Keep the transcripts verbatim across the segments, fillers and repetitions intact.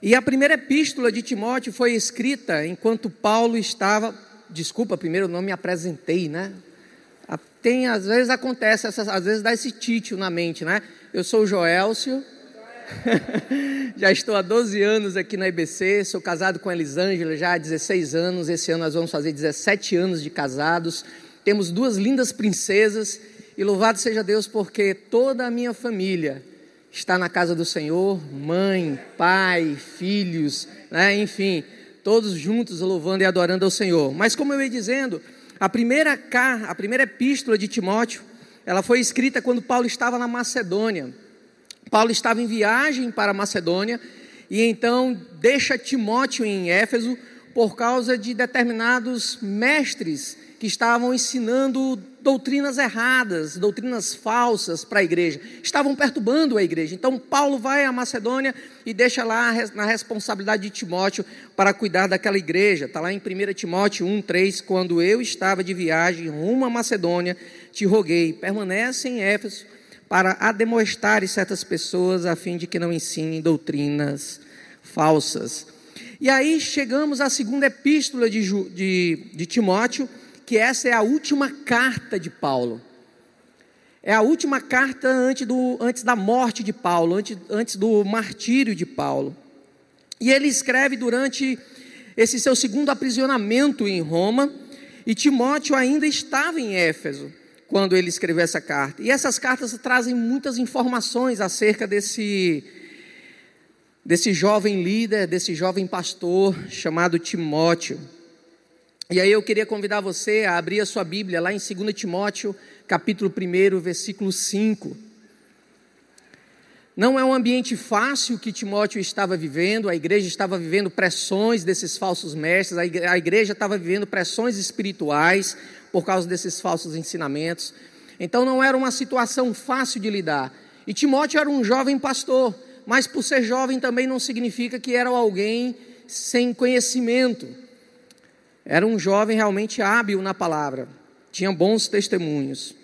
E a primeira epístola de Timóteo foi escrita enquanto Paulo estava... Desculpa, primeiro eu não me apresentei, né? Tem, às vezes acontece, essas, às vezes dá esse títio na mente, né? Eu sou o Joelcio, já estou há doze anos aqui na I B C, sou casado com a Elisângela já há dezesseis anos, esse ano nós vamos fazer dezessete anos de casados, temos duas lindas princesas, e louvado seja Deus porque toda a minha família está na casa do Senhor, mãe, pai, filhos, né? Enfim, todos juntos louvando e adorando ao Senhor. Mas como eu ia dizendo, a primeira, a primeira epístola de Timóteo, ela foi escrita quando Paulo estava na Macedônia. Paulo estava em viagem para a Macedônia e então deixa Timóteo em Éfeso por causa de determinados mestres que estavam ensinando doutrinas erradas, doutrinas falsas para a igreja, estavam perturbando a igreja. Então Paulo vai à Macedônia e deixa lá na responsabilidade de Timóteo para cuidar daquela igreja. Está lá em primeira Timóteo um, três, quando eu estava de viagem rumo à Macedônia, te roguei, permanece em Éfeso para ademoestar certas pessoas a fim de que não ensinem doutrinas falsas. E aí chegamos à segunda epístola de, de, de Timóteo, que essa é a última carta de Paulo. É a última carta antes, do, antes da morte de Paulo, antes, antes do martírio de Paulo. E ele escreve durante esse seu segundo aprisionamento em Roma, e Timóteo ainda estava em Éfeso quando ele escreveu essa carta. E essas cartas trazem muitas informações acerca desse, desse jovem líder, desse jovem pastor chamado Timóteo. E aí eu queria convidar você a abrir a sua Bíblia lá em segunda Timóteo, capítulo um, versículo cinco. Não é um ambiente fácil que Timóteo estava vivendo, a igreja estava vivendo pressões desses falsos mestres, a igreja estava vivendo pressões espirituais por causa desses falsos ensinamentos. Então não era uma situação fácil de lidar. E Timóteo era um jovem pastor, mas por ser jovem também não significa que era alguém sem conhecimento. Era um jovem realmente hábil na palavra, tinha bons testemunhos.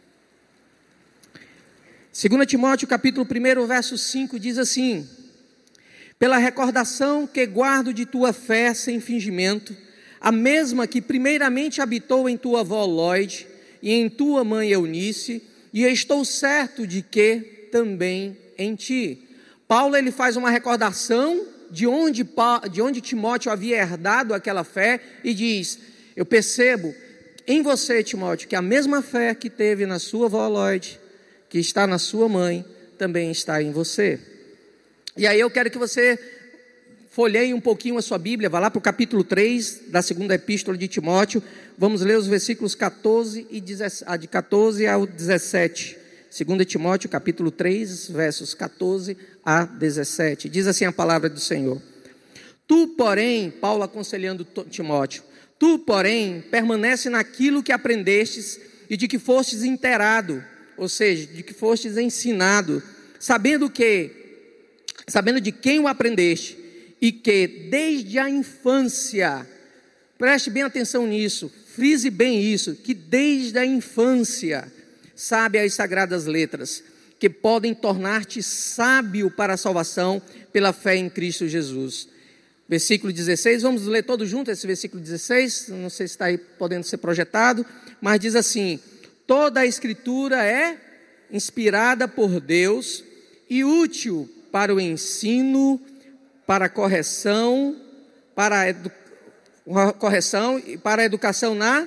segunda Timóteo capítulo um, verso cinco diz assim: pela recordação que guardo de tua fé sem fingimento, a mesma que primeiramente habitou em tua avó Lóide e em tua mãe Eunice, e estou certo de que também em ti. Paulo ele faz uma recordação de onde, de onde Timóteo havia herdado aquela fé e diz: eu percebo em você, Timóteo, que a mesma fé que teve na sua avó Lóide, que está na sua mãe, também está em você. E aí eu quero que você folheie um pouquinho a sua Bíblia, vá lá para o capítulo três da segunda epístola de Timóteo, vamos ler os versículos catorze e dezessete, de catorze ao dezessete. segunda Timóteo capítulo três, versos catorze a dezessete, diz assim a palavra do Senhor: tu, porém, Paulo aconselhando Timóteo, tu, porém, permanece naquilo que aprendestes e de que fostes inteirado, ou seja, de que fostes ensinado, sabendo que, sabendo de quem o aprendeste, e que desde a infância, preste bem atenção nisso, frise bem isso, que desde a infância sabe as sagradas letras, que podem tornar-te sábio para a salvação pela fé em Cristo Jesus. Versículo dezesseis, vamos ler todos juntos esse versículo dezesseis, não sei se está aí podendo ser projetado, mas diz assim: toda a escritura é inspirada por Deus e útil para o ensino, para a correção, para a edu... correção e para a educação na...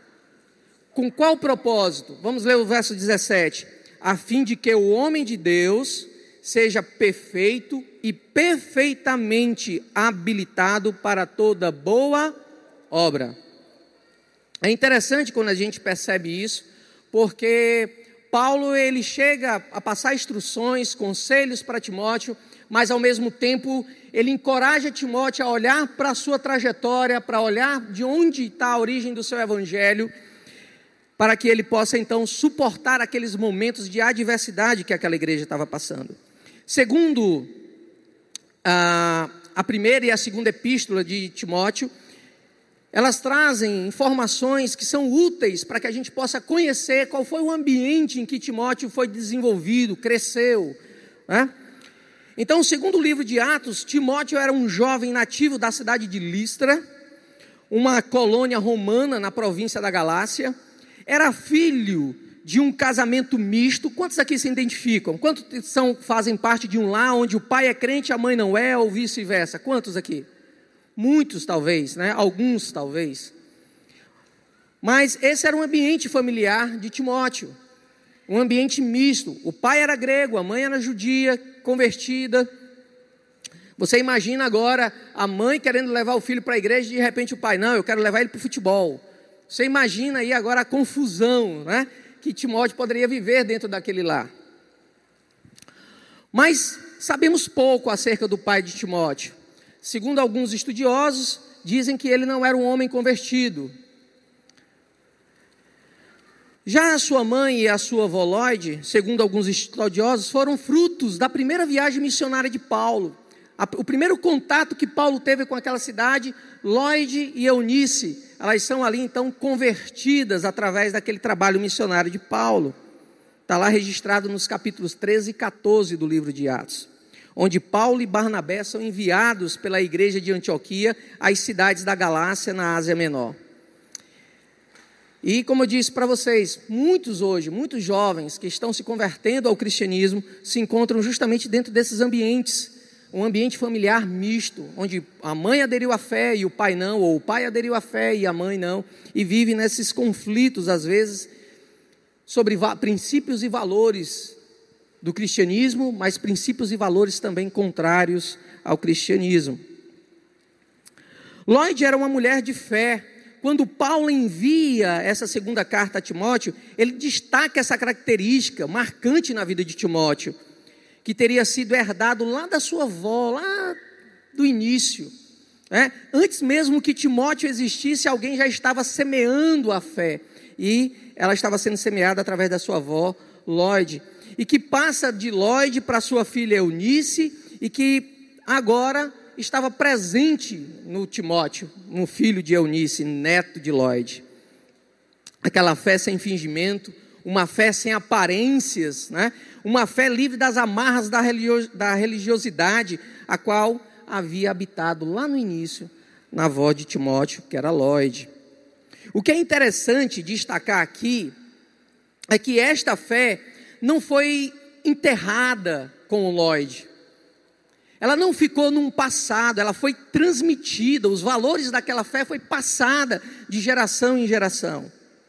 Com qual propósito? Vamos ler o verso dezessete. A fim de que o homem de Deus seja perfeito e perfeitamente habilitado para toda boa obra. É interessante quando a gente percebe isso, porque Paulo ele chega a passar instruções, conselhos para Timóteo, mas ao mesmo tempo ele encoraja Timóteo a olhar para a sua trajetória, para olhar de onde está a origem do seu evangelho, para que ele possa então suportar aqueles momentos de adversidade que aquela igreja estava passando. Segundo a, a primeira e a segunda epístola de Timóteo, elas trazem informações que são úteis para que a gente possa conhecer qual foi o ambiente em que Timóteo foi desenvolvido, cresceu, né? Então, segundo o livro de Atos, Timóteo era um jovem nativo da cidade de Listra, uma colônia romana na província da Galácia. Era filho de um casamento misto. Quantos aqui se identificam? Quantos são, fazem parte de um lar onde o pai é crente e a mãe não é, ou vice-versa? Quantos aqui? Muitos talvez, né? Alguns talvez. Mas esse era um ambiente familiar de Timóteo, um ambiente misto. O pai era grego, a mãe era judia, convertida. Você imagina agora a mãe querendo levar o filho para a igreja e de repente o pai, não, eu quero levar ele para o futebol. Você imagina aí agora a confusão, né, que Timóteo poderia viver dentro daquele lar. Mas sabemos pouco acerca do pai de Timóteo. Segundo alguns estudiosos, dizem que ele não era um homem convertido. Já a sua mãe e a sua avó Lloyd, segundo alguns estudiosos, foram frutos da primeira viagem missionária de Paulo. O primeiro contato que Paulo teve com aquela cidade, Lloyd e Eunice, elas são ali então convertidas através daquele trabalho missionário de Paulo. Está lá registrado nos capítulos treze e quatorze do livro de Atos, onde Paulo e Barnabé são enviados pela igreja de Antioquia às cidades da Galácia, na Ásia Menor. E como eu disse para vocês, muitos hoje, muitos jovens que estão se convertendo ao cristianismo, se encontram justamente dentro desses ambientes, um ambiente familiar misto, onde a mãe aderiu à fé e o pai não, ou o pai aderiu à fé e a mãe não, e vive nesses conflitos, às vezes, sobre princípios e valores do cristianismo, mas princípios e valores também contrários ao cristianismo. Lloyd era uma mulher de fé. Quando Paulo envia essa segunda carta a Timóteo, ele destaca essa característica marcante na vida de Timóteo, que teria sido herdado lá da sua avó, lá do início, né? Antes mesmo que Timóteo existisse, alguém já estava semeando a fé, e ela estava sendo semeada através da sua avó, Lloyd, e que passa de Lloyd para sua filha Eunice, e que agora estava presente no Timóteo, no filho de Eunice, neto de Lloyd. Aquela fé sem fingimento, uma fé sem aparências, né? Uma fé livre das amarras da, religio- da religiosidade, a qual havia habitado lá no início, na avó de Timóteo, que era Lloyd. O que é interessante destacar aqui, é que esta fé não foi enterrada com o Lloyd. Ela não ficou num passado, ela foi transmitida, os valores daquela fé foi passada de geração em geração.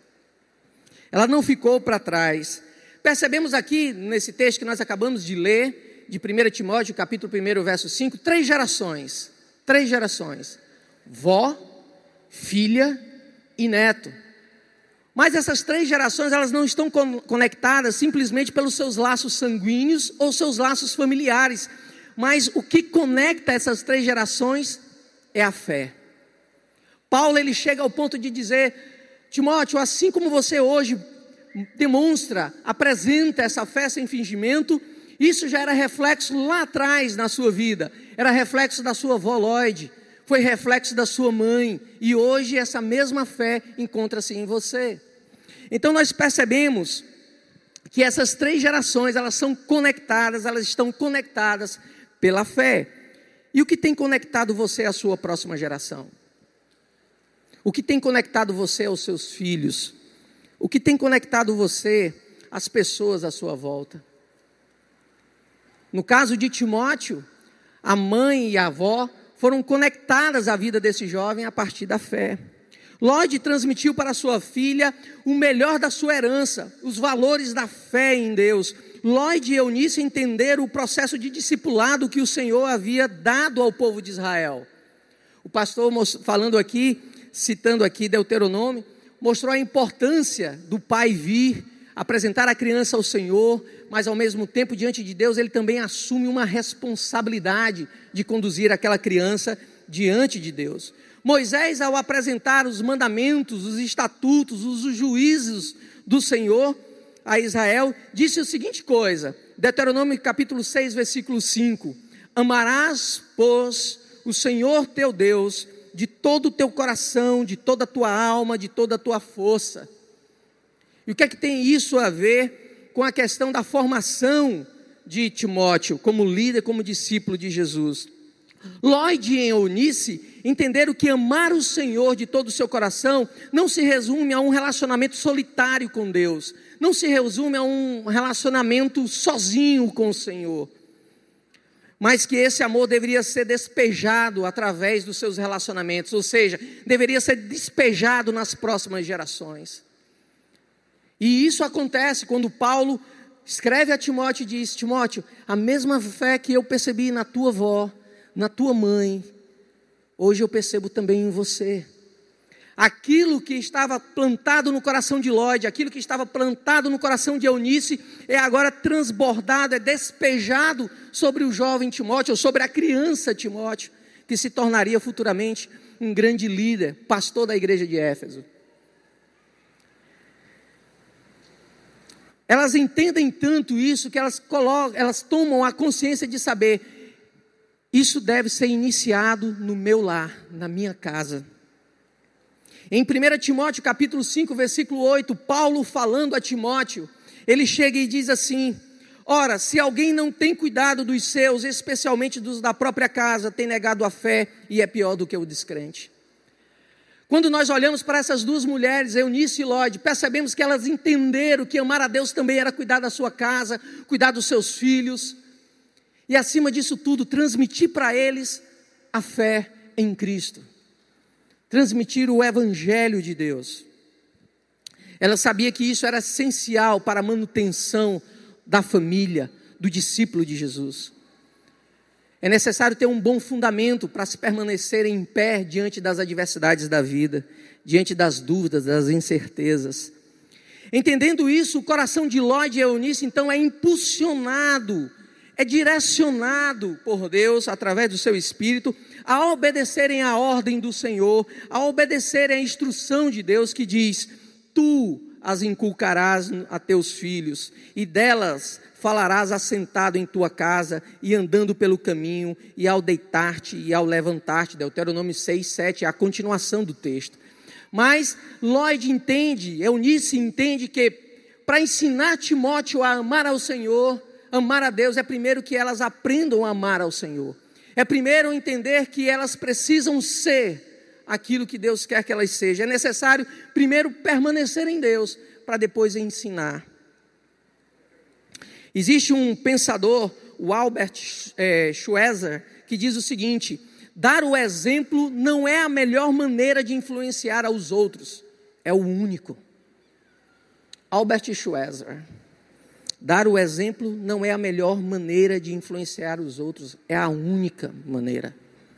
Ela não ficou para trás. Percebemos aqui, nesse texto que nós acabamos de ler, de primeiro Timóteo, capítulo um, verso cinco, três gerações. Três gerações. Vó, filha e neto. Mas essas três gerações, elas não estão conectadas simplesmente pelos seus laços sanguíneos ou seus laços familiares. Mas o que conecta essas três gerações é a fé. Paulo, ele chega ao ponto de dizer: Timóteo, assim como você hoje demonstra, apresenta essa fé sem fingimento, isso já era reflexo lá atrás na sua vida, era reflexo da sua avó Lloyd, foi reflexo da sua mãe, e hoje essa mesma fé encontra-se em você. Então nós percebemos que essas três gerações, elas são conectadas, elas estão conectadas pela fé. E o que tem conectado você à sua próxima geração? O que tem conectado você aos seus filhos? O que tem conectado você às pessoas à sua volta? No caso de Timóteo, a mãe e a avó foram conectadas à vida desse jovem a partir da fé. Lloyd transmitiu para sua filha o melhor da sua herança, os valores da fé em Deus. Lloyd e Eunice entenderam o processo de discipulado que o Senhor havia dado ao povo de Israel. O pastor falando aqui, citando aqui Deuteronômio, mostrou a importância do pai vir, apresentar a criança ao Senhor, mas ao mesmo tempo, diante de Deus, ele também assume uma responsabilidade de conduzir aquela criança diante de Deus. Moisés, ao apresentar os mandamentos, os estatutos, os juízos do Senhor a Israel, disse a seguinte coisa, Deuteronômio capítulo seis, versículo cinco, amarás, pois, o Senhor teu Deus de todo o teu coração, de toda a tua alma, de toda a tua força. E o que é que tem isso a ver com a questão da formação de Timóteo, como líder, como discípulo de Jesus. Lloyd e Eunice entenderam que amar o Senhor de todo o seu coração não se resume a um relacionamento solitário com Deus, não se resume a um relacionamento sozinho com o Senhor, mas que esse amor deveria ser despejado através dos seus relacionamentos, ou seja, deveria ser despejado nas próximas gerações. E isso acontece quando Paulo escreve a Timóteo e diz: Timóteo, a mesma fé que eu percebi na tua avó, na tua mãe, hoje eu percebo também em você. Aquilo que estava plantado no coração de Lloyd, aquilo que estava plantado no coração de Eunice, é agora transbordado, é despejado sobre o jovem Timóteo, ou sobre a criança Timóteo, que se tornaria futuramente um grande líder, pastor da igreja de Éfeso. Elas entendem tanto isso que elas colocam, elas tomam a consciência de saber: isso deve ser iniciado no meu lar, na minha casa. Em primeiro Timóteo capítulo cinco, versículo oito, Paulo falando a Timóteo, ele chega e diz assim: ora, se alguém não tem cuidado dos seus, especialmente dos da própria casa, tem negado a fé e é pior do que o descrente. Quando nós olhamos para essas duas mulheres, Eunice e Lloyd, percebemos que elas entenderam que amar a Deus também era cuidar da sua casa, cuidar dos seus filhos, e acima disso tudo, transmitir para eles a fé em Cristo, transmitir o Evangelho de Deus. Ela sabia que isso era essencial para a manutenção da família, do discípulo de Jesus. É necessário ter um bom fundamento para se permanecer em pé diante das adversidades da vida, diante das dúvidas, das incertezas. Entendendo isso, o coração de Lloyd e Eunice então é impulsionado, é direcionado por Deus, através do seu Espírito, a obedecerem à ordem do Senhor, a obedecerem à instrução de Deus que diz: tu as inculcarás a teus filhos, e delas falarás assentado em tua casa, e andando pelo caminho, e ao deitar-te e ao levantar-te. Deuteronômio seis, sete, é a continuação do texto. Mas Lloyd entende, Eunice entende que para ensinar Timóteo a amar ao Senhor, amar a Deus, é primeiro que elas aprendam a amar ao Senhor. É primeiro entender que elas precisam ser aquilo que Deus quer que elas sejam. É necessário primeiro permanecer em Deus, para depois ensinar. Existe um pensador, o Albert é, Schweitzer, que diz o seguinte: dar o exemplo não é a melhor maneira de influenciar aos outros, é o único. Albert Schweitzer. Dar o exemplo não é a melhor maneira de influenciar os outros, é a única maneira.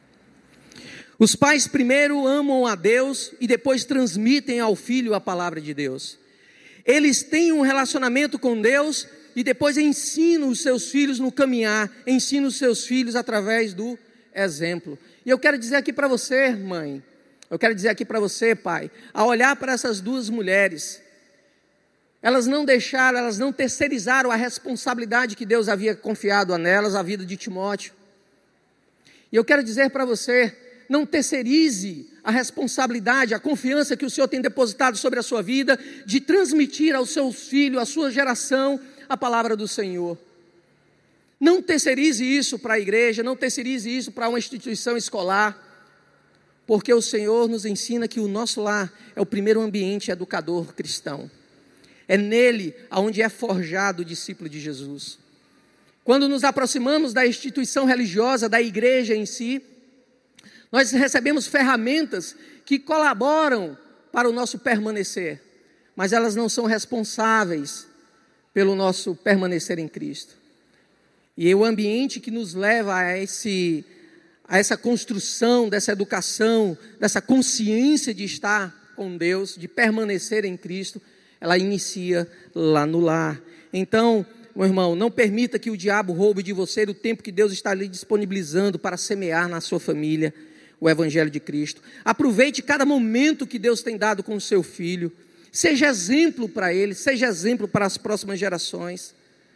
Os pais primeiro amam a Deus e depois transmitem ao filho a palavra de Deus. Eles têm um relacionamento com Deus e depois ensinam os seus filhos no caminhar, ensinam os seus filhos através do exemplo. E eu quero dizer aqui para você, mãe, eu quero dizer aqui para você, pai, a olhar para essas duas mulheres, elas não deixaram, elas não terceirizaram a responsabilidade que Deus havia confiado a nelas, a vida de Timóteo. E eu quero dizer para você, não terceirize a responsabilidade, a confiança que o Senhor tem depositado sobre a sua vida, de transmitir aos seus filhos, à sua geração, a palavra do Senhor. Não terceirize isso para a igreja, não terceirize isso para uma instituição escolar, porque o Senhor nos ensina que o nosso lar é o primeiro ambiente educador cristão. É nele onde é forjado o discípulo de Jesus. Quando nos aproximamos da instituição religiosa, da igreja em si, nós recebemos ferramentas que colaboram para o nosso permanecer, mas elas não são responsáveis pelo nosso permanecer em Cristo. E é o ambiente que nos leva a, esse, a essa construção dessa educação, dessa consciência de estar com Deus, de permanecer em Cristo, ela inicia lá no lar. Então, meu irmão, não permita que o diabo roube de você o tempo que Deus está lhe disponibilizando para semear na sua família o Evangelho de Cristo. Aproveite cada momento que Deus tem dado com o seu filho. Seja exemplo para ele, seja exemplo para as próximas gerações.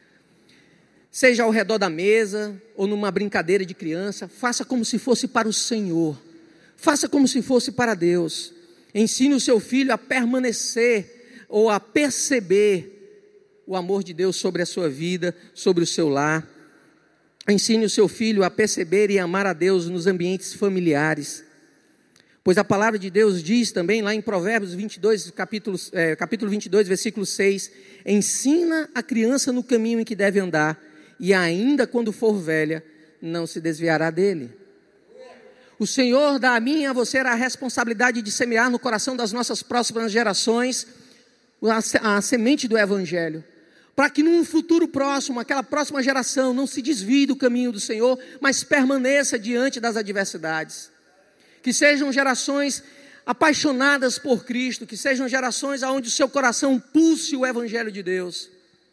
Seja ao redor da mesa ou numa brincadeira de criança, faça como se fosse para o Senhor. Faça como se fosse para Deus. Ensine o seu filho a permanecer ou a perceber o amor de Deus sobre a sua vida, sobre o seu lar. Ensine o seu filho a perceber e amar a Deus nos ambientes familiares. Pois a palavra de Deus diz também lá em Provérbios vinte e dois, capítulo, é, capítulo vinte e dois, versículo seis, ensina a criança no caminho em que deve andar, e ainda quando for velha, não se desviará dele. O Senhor dá a mim e a você a responsabilidade de semear no coração das nossas próximas gerações a, a semente do Evangelho, para que num futuro próximo, aquela próxima geração não se desvie do caminho do Senhor, mas permaneça diante das adversidades. Que sejam gerações apaixonadas por Cristo, que sejam gerações onde o seu coração pulse o Evangelho de Deus.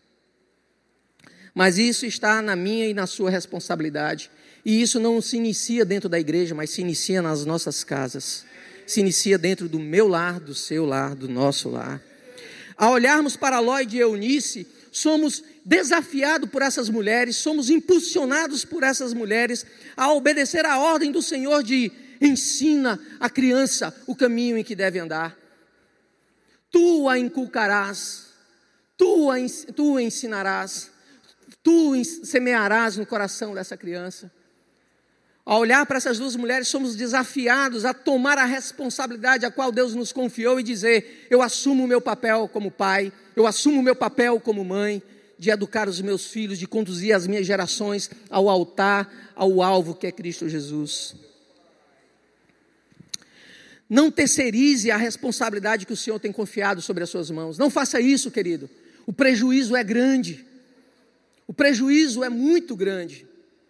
Mas isso está na minha e na sua responsabilidade. E isso não se inicia dentro da igreja, mas se inicia nas nossas casas. Se inicia dentro do meu lar, do seu lar, do nosso lar. Ao olharmos para Lloyd e Eunice, somos desafiados por essas mulheres, somos impulsionados por essas mulheres a obedecer a ordem do Senhor de ensina a criança o caminho em que deve andar. Tu a inculcarás, tu a, tu a ensinarás, tu semearás no coração dessa criança. Ao olhar para essas duas mulheres, somos desafiados a tomar a responsabilidade a qual Deus nos confiou e dizer, eu assumo o meu papel como pai, eu assumo o meu papel como mãe, de educar os meus filhos, de conduzir as minhas gerações ao altar, ao alvo que é Cristo Jesus. Não terceirize a responsabilidade que o Senhor tem confiado sobre as suas mãos. Não faça isso, querido. O prejuízo é grande. O prejuízo é muito grande.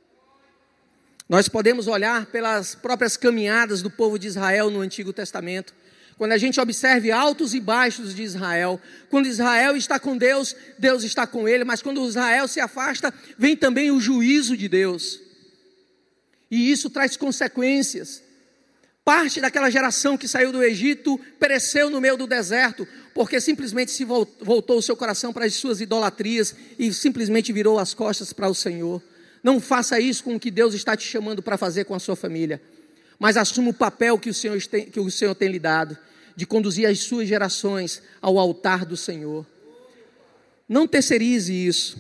Nós podemos olhar pelas próprias caminhadas do povo de Israel no Antigo Testamento. Quando a gente observa altos e baixos de Israel. Quando Israel está com Deus, Deus está com ele. Mas quando Israel se afasta, vem também o juízo de Deus. E isso traz consequências. Parte daquela geração que saiu do Egito pereceu no meio do deserto, porque simplesmente se voltou o seu coração para as suas idolatrias e simplesmente virou as costas para o Senhor. Não faça isso com o que Deus está te chamando para fazer com a sua família, mas assuma o papel que o Senhor tem, que o Senhor tem lhe dado, de conduzir as suas gerações ao altar do Senhor. Não terceirize isso.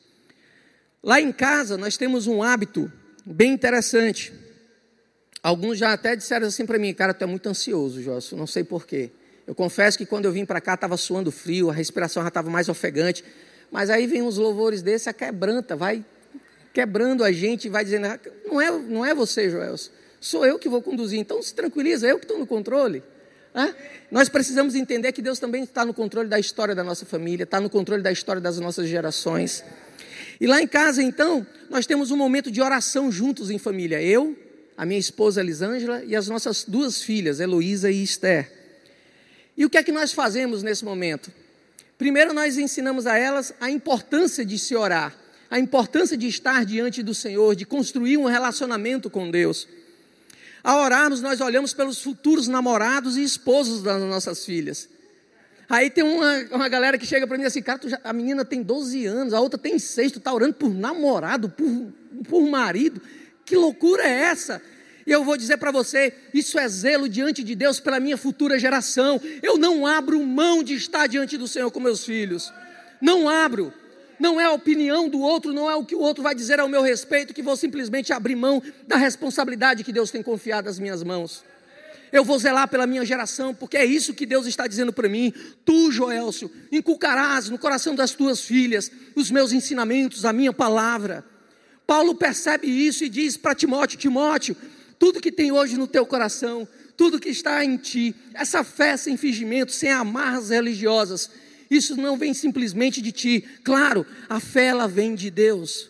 Lá em casa nós temos um hábito bem interessante. Alguns já até disseram assim para mim, cara, tu é muito ansioso, Jócio, não sei porquê. Eu confesso que quando eu vim para cá estava suando frio, a respiração já estava mais ofegante, mas aí vem uns louvores desses, a quebranta, vai quebrando a gente, vai dizendo, não é, não é você, Joelson, sou eu que vou conduzir, então se tranquiliza, eu que estou no controle. Né? Nós precisamos entender que Deus também está no controle da história da nossa família, está no controle da história das nossas gerações. E lá em casa, então, nós temos um momento de oração juntos em família, eu, a minha esposa Elisângela e as nossas duas filhas, Heloísa e Esther. E o que é que nós fazemos nesse momento? Primeiro nós ensinamos a elas a importância de se orar, a importância de estar diante do Senhor, de construir um relacionamento com Deus. Ao orarmos, nós olhamos pelos futuros namorados e esposos das nossas filhas. Aí tem uma, uma galera que chega para mim assim, cara, tu já, a menina tem doze anos, a outra tem seis, tu está orando por namorado, por, por marido. Que loucura é essa? E eu vou dizer para você, isso é zelo diante de Deus pela minha futura geração. Eu não abro mão de estar diante do Senhor com meus filhos. Não abro. Não é a opinião do outro, não é o que o outro vai dizer ao meu respeito, que vou simplesmente abrir mão da responsabilidade que Deus tem confiado às minhas mãos. Eu vou zelar pela minha geração, porque é isso que Deus está dizendo para mim. Tu, Joelcio, inculcarás no coração das tuas filhas os meus ensinamentos, a minha palavra. Paulo percebe isso e diz para Timóteo, Timóteo, tudo que tem hoje no teu coração, tudo que está em ti, essa fé sem fingimento, sem amarras religiosas, isso não vem simplesmente de ti. Claro, a fé ela vem de Deus.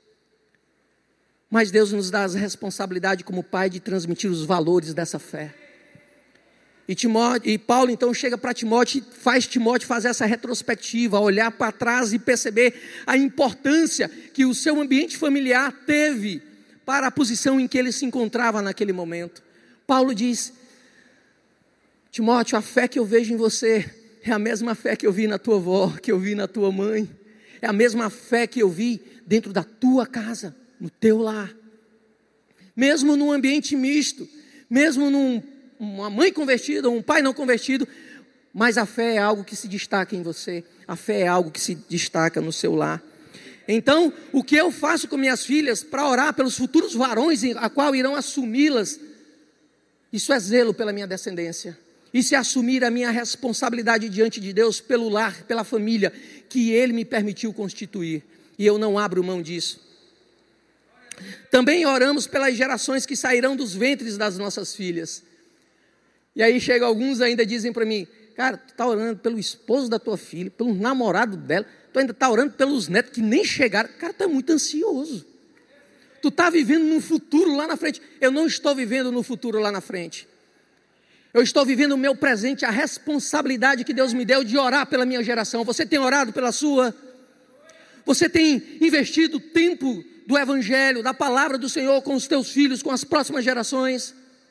Mas Deus nos dá a responsabilidade como pai de transmitir os valores dessa fé. E, Timóteo, e Paulo então chega para Timóteo e faz Timóteo fazer essa retrospectiva, olhar para trás e perceber a importância que o seu ambiente familiar teve para a posição em que ele se encontrava naquele momento. Paulo diz, Timóteo, a fé que eu vejo em você é a mesma fé que eu vi na tua avó, que eu vi na tua mãe. É a mesma fé que eu vi dentro da tua casa, no teu lar. Mesmo num ambiente misto, mesmo num uma mãe convertida, um pai não convertido, mas a fé é algo que se destaca em você, a fé é algo que se destaca no seu lar. Então, o que eu faço com minhas filhas para orar pelos futuros varões a qual irão assumi-las, isso é zelo pela minha descendência. Isso é assumir a minha responsabilidade diante de Deus pelo lar, pela família que Ele me permitiu constituir. E eu não abro mão disso. Também oramos pelas gerações que sairão dos ventres das nossas filhas. E aí chega alguns ainda dizem para mim, cara, tu está orando pelo esposo da tua filha, pelo namorado dela, tu ainda está orando pelos netos que nem chegaram. Cara, tu é muito ansioso. Tu está vivendo num futuro lá na frente. Eu não estou vivendo no futuro lá na frente. Eu estou vivendo o meu presente, a responsabilidade que Deus me deu de orar pela minha geração. Você tem orado pela sua? Você tem investido tempo do Evangelho, da palavra do Senhor com os teus filhos, com as próximas gerações?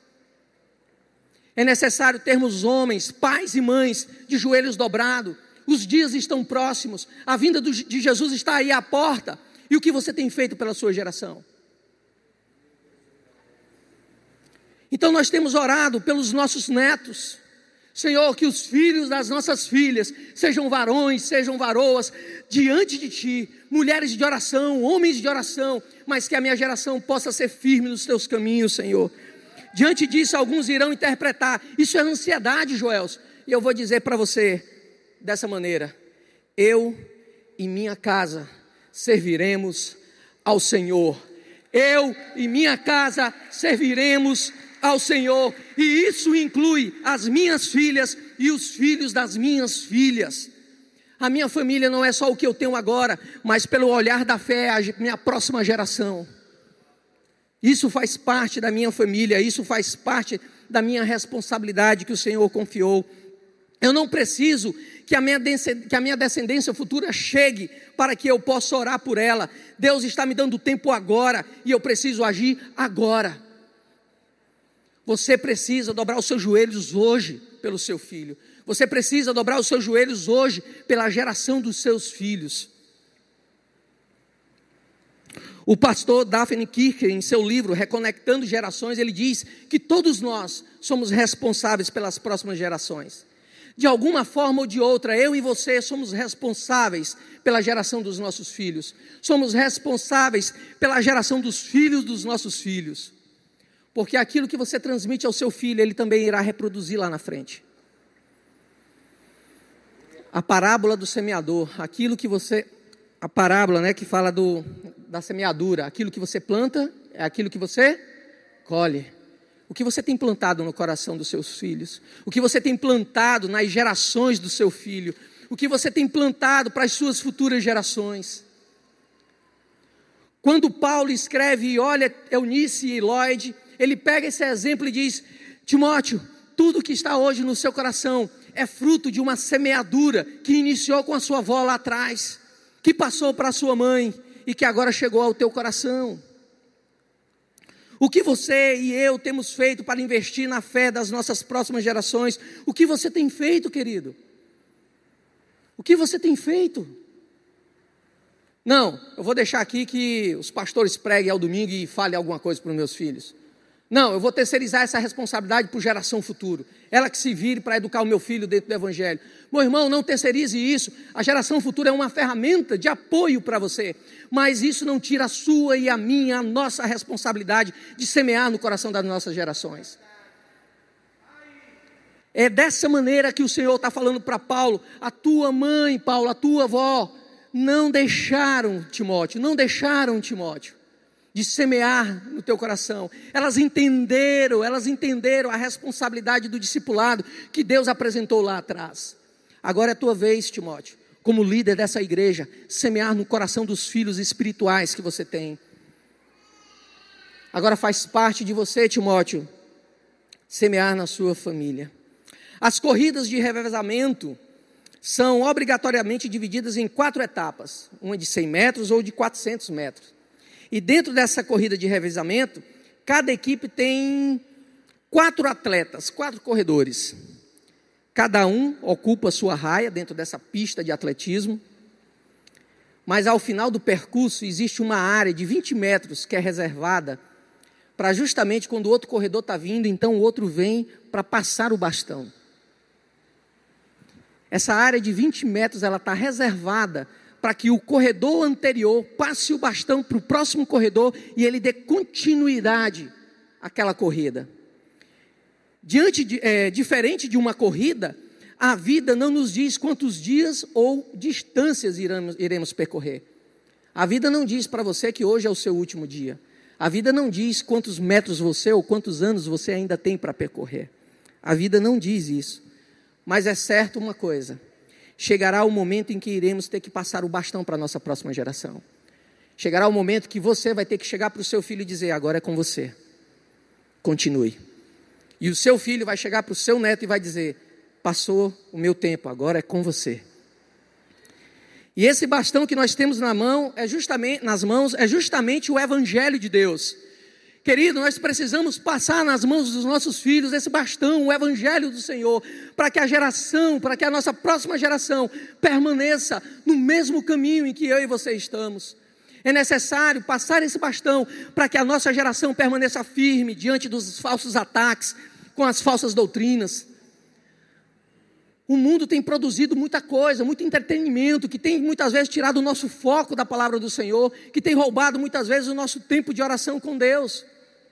É necessário termos homens, pais e mães de joelhos dobrados. Os dias estão próximos. A vinda de Jesus está aí à porta. E o que você tem feito pela sua geração? Então nós temos orado pelos nossos netos. Senhor, que os filhos das nossas filhas, sejam varões, sejam varoas, diante de Ti, mulheres de oração, homens de oração, mas que a minha geração possa ser firme nos Teus caminhos, Senhor. Diante disso, alguns irão interpretar, isso é ansiedade, Joelson. E eu vou dizer para você, dessa maneira, eu e minha casa serviremos ao Senhor. Eu e minha casa serviremos ao Senhor. E isso inclui as minhas filhas e os filhos das minhas filhas. A minha família não é só o que eu tenho agora, mas pelo olhar da fé, a minha próxima geração. Isso faz parte da minha família, isso faz parte da minha responsabilidade que o Senhor confiou. Eu não preciso que a minha, que a minha descendência futura chegue para que eu possa orar por ela. Deus está me dando tempo agora e eu preciso agir agora. Você precisa dobrar os seus joelhos hoje pelo seu filho. Você precisa dobrar os seus joelhos hoje pela geração dos seus filhos. O pastor Daphne Kircher, em seu livro Reconectando Gerações, ele diz que todos nós somos responsáveis pelas próximas gerações. De alguma forma ou de outra, eu e você somos responsáveis pela geração dos nossos filhos. Somos responsáveis pela geração dos filhos dos nossos filhos. Porque aquilo que você transmite ao seu filho, ele também irá reproduzir lá na frente. A parábola do semeador, aquilo que você... A parábola, né, que fala do, da semeadura, aquilo que você planta é aquilo que você colhe. O que você tem plantado no coração dos seus filhos? O que você tem plantado nas gerações do seu filho? O que você tem plantado para as suas futuras gerações? Quando Paulo escreve e olha Eunice e Lloyd, ele pega esse exemplo e diz: Timóteo, tudo que está hoje no seu coração é fruto de uma semeadura que iniciou com a sua avó lá atrás, que passou para a sua mãe e que agora chegou ao teu coração. O que você e eu temos feito para investir na fé das nossas próximas gerações? O que você tem feito, querido? O que você tem feito? Não, eu vou deixar aqui que os pastores preguem ao domingo e falem alguma coisa para os meus filhos. Não, eu vou terceirizar essa responsabilidade para a geração futura. Ela que se vire para educar o meu filho dentro do Evangelho. Meu irmão, não terceirize isso. A geração futura é uma ferramenta de apoio para você. Mas isso não tira a sua e a minha, a nossa responsabilidade de semear no coração das nossas gerações. É dessa maneira que o Senhor está falando para Paulo. A tua mãe, Paulo, a tua avó, não deixaram Timóteo, não deixaram Timóteo de semear no teu coração. Elas entenderam, elas entenderam a responsabilidade do discipulado que Deus apresentou lá atrás. Agora é a tua vez, Timóteo, como líder dessa igreja, semear no coração dos filhos espirituais que você tem. Agora faz parte de você, Timóteo, semear na sua família. As corridas de revezamento são obrigatoriamente divididas em quatro etapas, uma de cem metros ou de quatrocentos metros. E dentro dessa corrida de revezamento, cada equipe tem quatro atletas, quatro corredores. Cada um ocupa sua raia dentro dessa pista de atletismo. Mas ao final do percurso existe uma área de vinte metros que é reservada para justamente quando o outro corredor está vindo, então o outro vem para passar o bastão. Essa área de vinte metros, ela está reservada para que o corredor anterior passe o bastão para o próximo corredor e ele dê continuidade àquela corrida. Diante de, é, diferente de uma corrida, a vida não nos diz quantos dias ou distâncias iremos, iremos percorrer. A vida não diz para você que hoje é o seu último dia. A vida não diz quantos metros você ou quantos anos você ainda tem para percorrer. A vida não diz isso. Mas é certo uma coisa: chegará o momento em que iremos ter que passar o bastão para a nossa próxima geração. Chegará o momento que você vai ter que chegar para o seu filho e dizer: agora é com você, continue. E o seu filho vai chegar para o seu neto e vai dizer: passou o meu tempo, agora é com você. E esse bastão que nós temos na mão é justamente, nas mãos é justamente o Evangelho de Deus. Querido, nós precisamos passar nas mãos dos nossos filhos esse bastão, o Evangelho do Senhor, para que a geração, para que a nossa próxima geração permaneça no mesmo caminho em que eu e você estamos. É necessário passar esse bastão para que a nossa geração permaneça firme diante dos falsos ataques, com as falsas doutrinas. O mundo tem produzido muita coisa, muito entretenimento, que tem muitas vezes tirado o nosso foco da palavra do Senhor, que tem roubado muitas vezes o nosso tempo de oração com Deus.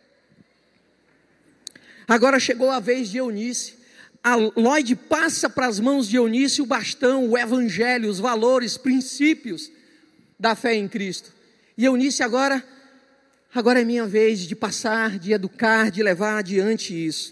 Agora chegou a vez de Eunice. A Lloyd passa para as mãos de Eunice o bastão, o evangelho, os valores, princípios da fé em Cristo. E Eunice agora, agora é minha vez de passar, de educar, de levar adiante isso.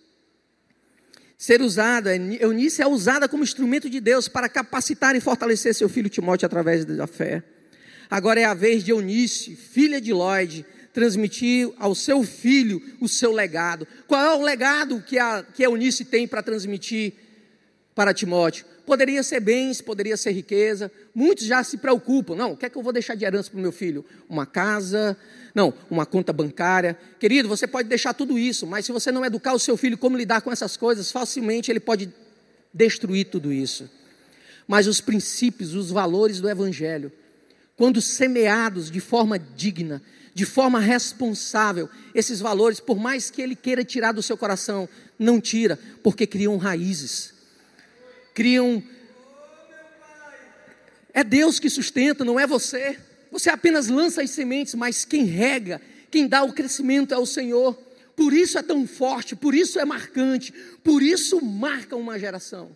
Ser usada, Eunice é usada como instrumento de Deus para capacitar e fortalecer seu filho Timóteo através da fé. Agora é a vez de Eunice, filha de Lloyd, transmitir ao seu filho o seu legado. Qual é o legado que a, que a Eunice tem para transmitir para Timóteo? Poderia ser bens, poderia ser riqueza. Muitos já se preocupam. Não, o que é que eu vou deixar de herança para o meu filho? Uma casa? Não, uma conta bancária. Querido, você pode deixar tudo isso, mas se você não educar o seu filho como lidar com essas coisas, facilmente ele pode destruir tudo isso. Mas os princípios, os valores do Evangelho, quando semeados de forma digna, de forma responsável, esses valores, por mais que ele queira tirar do seu coração, não tira, porque criam raízes. Criam... É Deus que sustenta, não é você. Você apenas lança as sementes, mas quem rega, quem dá o crescimento é o Senhor. Por isso é tão forte, por isso é marcante, por isso marca uma geração.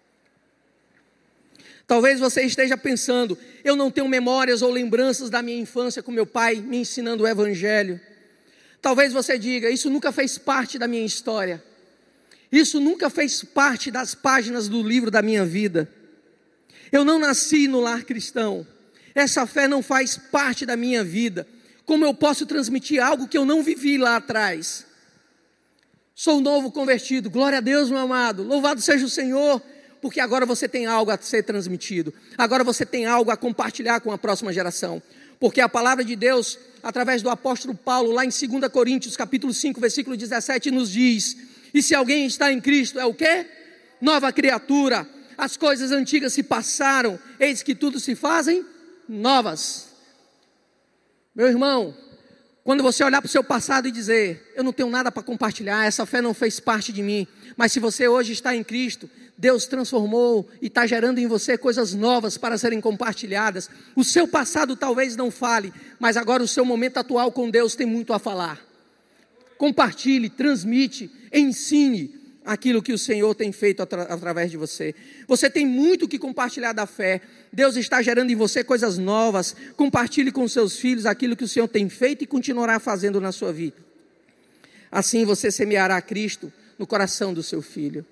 Talvez você esteja pensando: eu não tenho memórias ou lembranças da minha infância com meu pai me ensinando o Evangelho. Talvez você diga: isso nunca fez parte da minha história. Isso nunca fez parte das páginas do livro da minha vida. Eu não nasci no lar cristão. Essa fé não faz parte da minha vida. Como eu posso transmitir algo que eu não vivi lá atrás? Sou novo convertido. Glória a Deus, meu amado. Louvado seja o Senhor, porque agora você tem algo a ser transmitido. Agora você tem algo a compartilhar com a próxima geração. Porque a palavra de Deus, através do apóstolo Paulo, lá em dois Coríntios, capítulo cinco, versículo dezessete, nos diz: e se alguém está em Cristo, é o quê? Nova criatura. As coisas antigas se passaram, eis que tudo se fazem novas. Meu irmão, quando você olhar para o seu passado e dizer: eu não tenho nada para compartilhar, essa fé não fez parte de mim. Mas se você hoje está em Cristo, Deus transformou e está gerando em você coisas novas para serem compartilhadas. O seu passado talvez não fale, mas agora o seu momento atual com Deus tem muito a falar. Compartilhe, transmite, ensine aquilo que o Senhor tem feito atra- através de você. Você tem muito que compartilhar da fé. Deus está gerando em você coisas novas. Compartilhe com seus filhos aquilo que o Senhor tem feito e continuará fazendo na sua vida. Assim você semeará Cristo no coração do seu filho.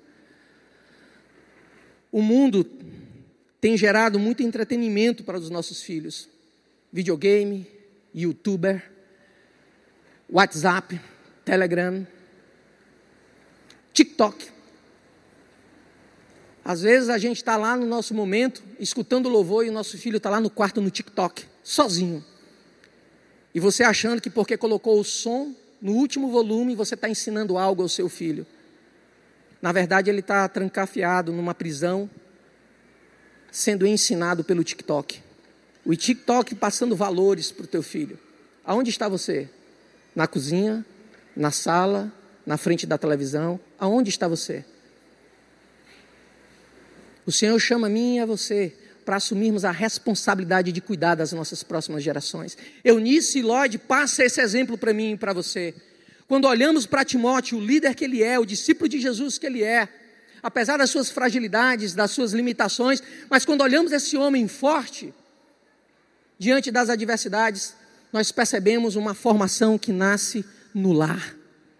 O mundo tem gerado muito entretenimento para os nossos filhos. Videogame, YouTuber, WhatsApp, Telegram, TikTok. Às vezes a gente está lá no nosso momento, escutando louvor, e o nosso filho está lá no quarto no TikTok, sozinho. E você achando que porque colocou o som no último volume, você está ensinando algo ao seu filho. Na verdade, ele está trancafiado numa prisão, sendo ensinado pelo TikTok. O TikTok passando valores para o teu filho. Aonde está você? Na cozinha? Na sala? Na frente da televisão? Aonde está você? O Senhor chama a mim e a você para assumirmos a responsabilidade de cuidar das nossas próximas gerações. Eunice Lloyd passa esse exemplo para mim e para você. Quando olhamos para Timóteo, o líder que ele é, o discípulo de Jesus que ele é, apesar das suas fragilidades, das suas limitações, mas quando olhamos esse homem forte, diante das adversidades, nós percebemos uma formação que nasce no lar.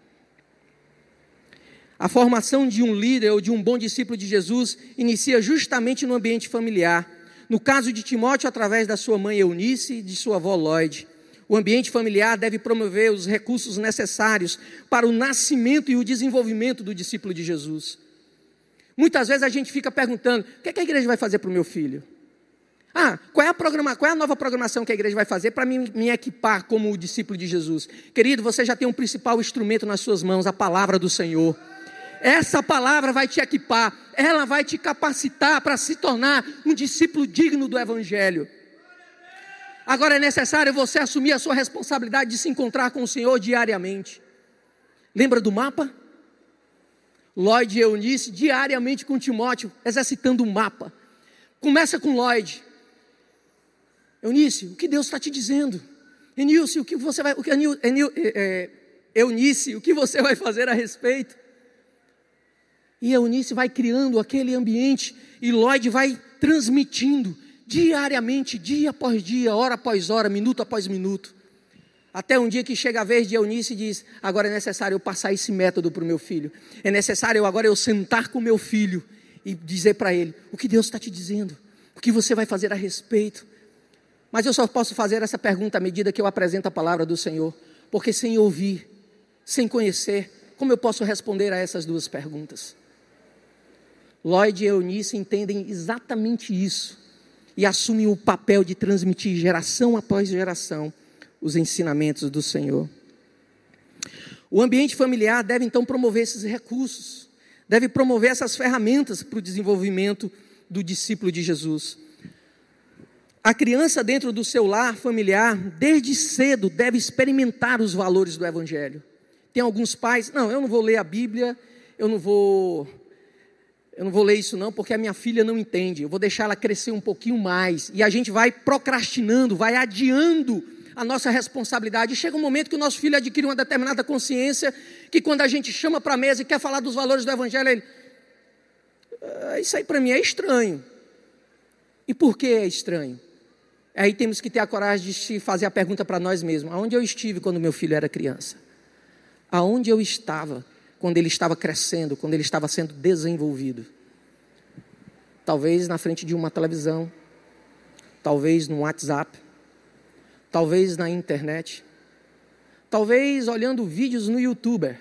A formação de um líder ou de um bom discípulo de Jesus inicia justamente no ambiente familiar. No caso de Timóteo, através da sua mãe Eunice e de sua avó Lloyd. O ambiente familiar deve promover os recursos necessários para o nascimento e o desenvolvimento do discípulo de Jesus. Muitas vezes a gente fica perguntando, o que, é que a igreja vai fazer para o meu filho? Ah, qual é, a programa, qual é a nova programação que a igreja vai fazer para me, me equipar como o discípulo de Jesus? Querido, você já tem um principal instrumento nas suas mãos, a palavra do Senhor. Essa palavra vai te equipar, ela vai te capacitar para se tornar um discípulo digno do Evangelho. Agora é necessário você assumir a sua responsabilidade de se encontrar com o Senhor diariamente. Lembra do mapa? Lloyd e Eunice diariamente com Timóteo, exercitando o mapa. Começa com Lloyd. Eunice, o que Deus está te dizendo? Eunice, o que você vai, o que, Enil, Enil, é, Eunice, o que você vai fazer a respeito? E Eunice vai criando aquele ambiente e Lloyd vai transmitindo diariamente, dia após dia, hora após hora, minuto após minuto. Até um dia que chega a vez de Eunice e diz, agora é necessário eu passar esse método para o meu filho. É necessário eu, agora eu sentar com o meu filho e dizer para ele, o que Deus está te dizendo? O que você vai fazer a respeito? Mas eu só posso fazer essa pergunta à medida que eu apresento a palavra do Senhor. Porque sem ouvir, sem conhecer, como eu posso responder a essas duas perguntas? Lloyd e Eunice entendem exatamente isso e assumem o papel de transmitir geração após geração os ensinamentos do Senhor. O ambiente familiar deve então promover esses recursos, deve promover essas ferramentas para o desenvolvimento do discípulo de Jesus. A criança dentro do seu lar familiar, desde cedo, deve experimentar os valores do Evangelho. Tem alguns pais, não, eu não vou ler a Bíblia, eu não vou... Eu não vou ler isso não, porque a minha filha não entende. Eu vou deixar ela crescer um pouquinho mais. E a gente vai procrastinando, vai adiando a nossa responsabilidade. E chega um momento que o nosso filho adquire uma determinada consciência, que quando a gente chama para a mesa e quer falar dos valores do Evangelho, ele... Ah, isso aí para mim é estranho. E por que é estranho? Aí temos que ter a coragem de fazer a pergunta para nós mesmos. Aonde eu estive quando meu filho era criança? Aonde eu estava quando ele estava crescendo, quando ele estava sendo desenvolvido? Talvez na frente de uma televisão, talvez no WhatsApp, talvez na internet, talvez olhando vídeos no YouTube.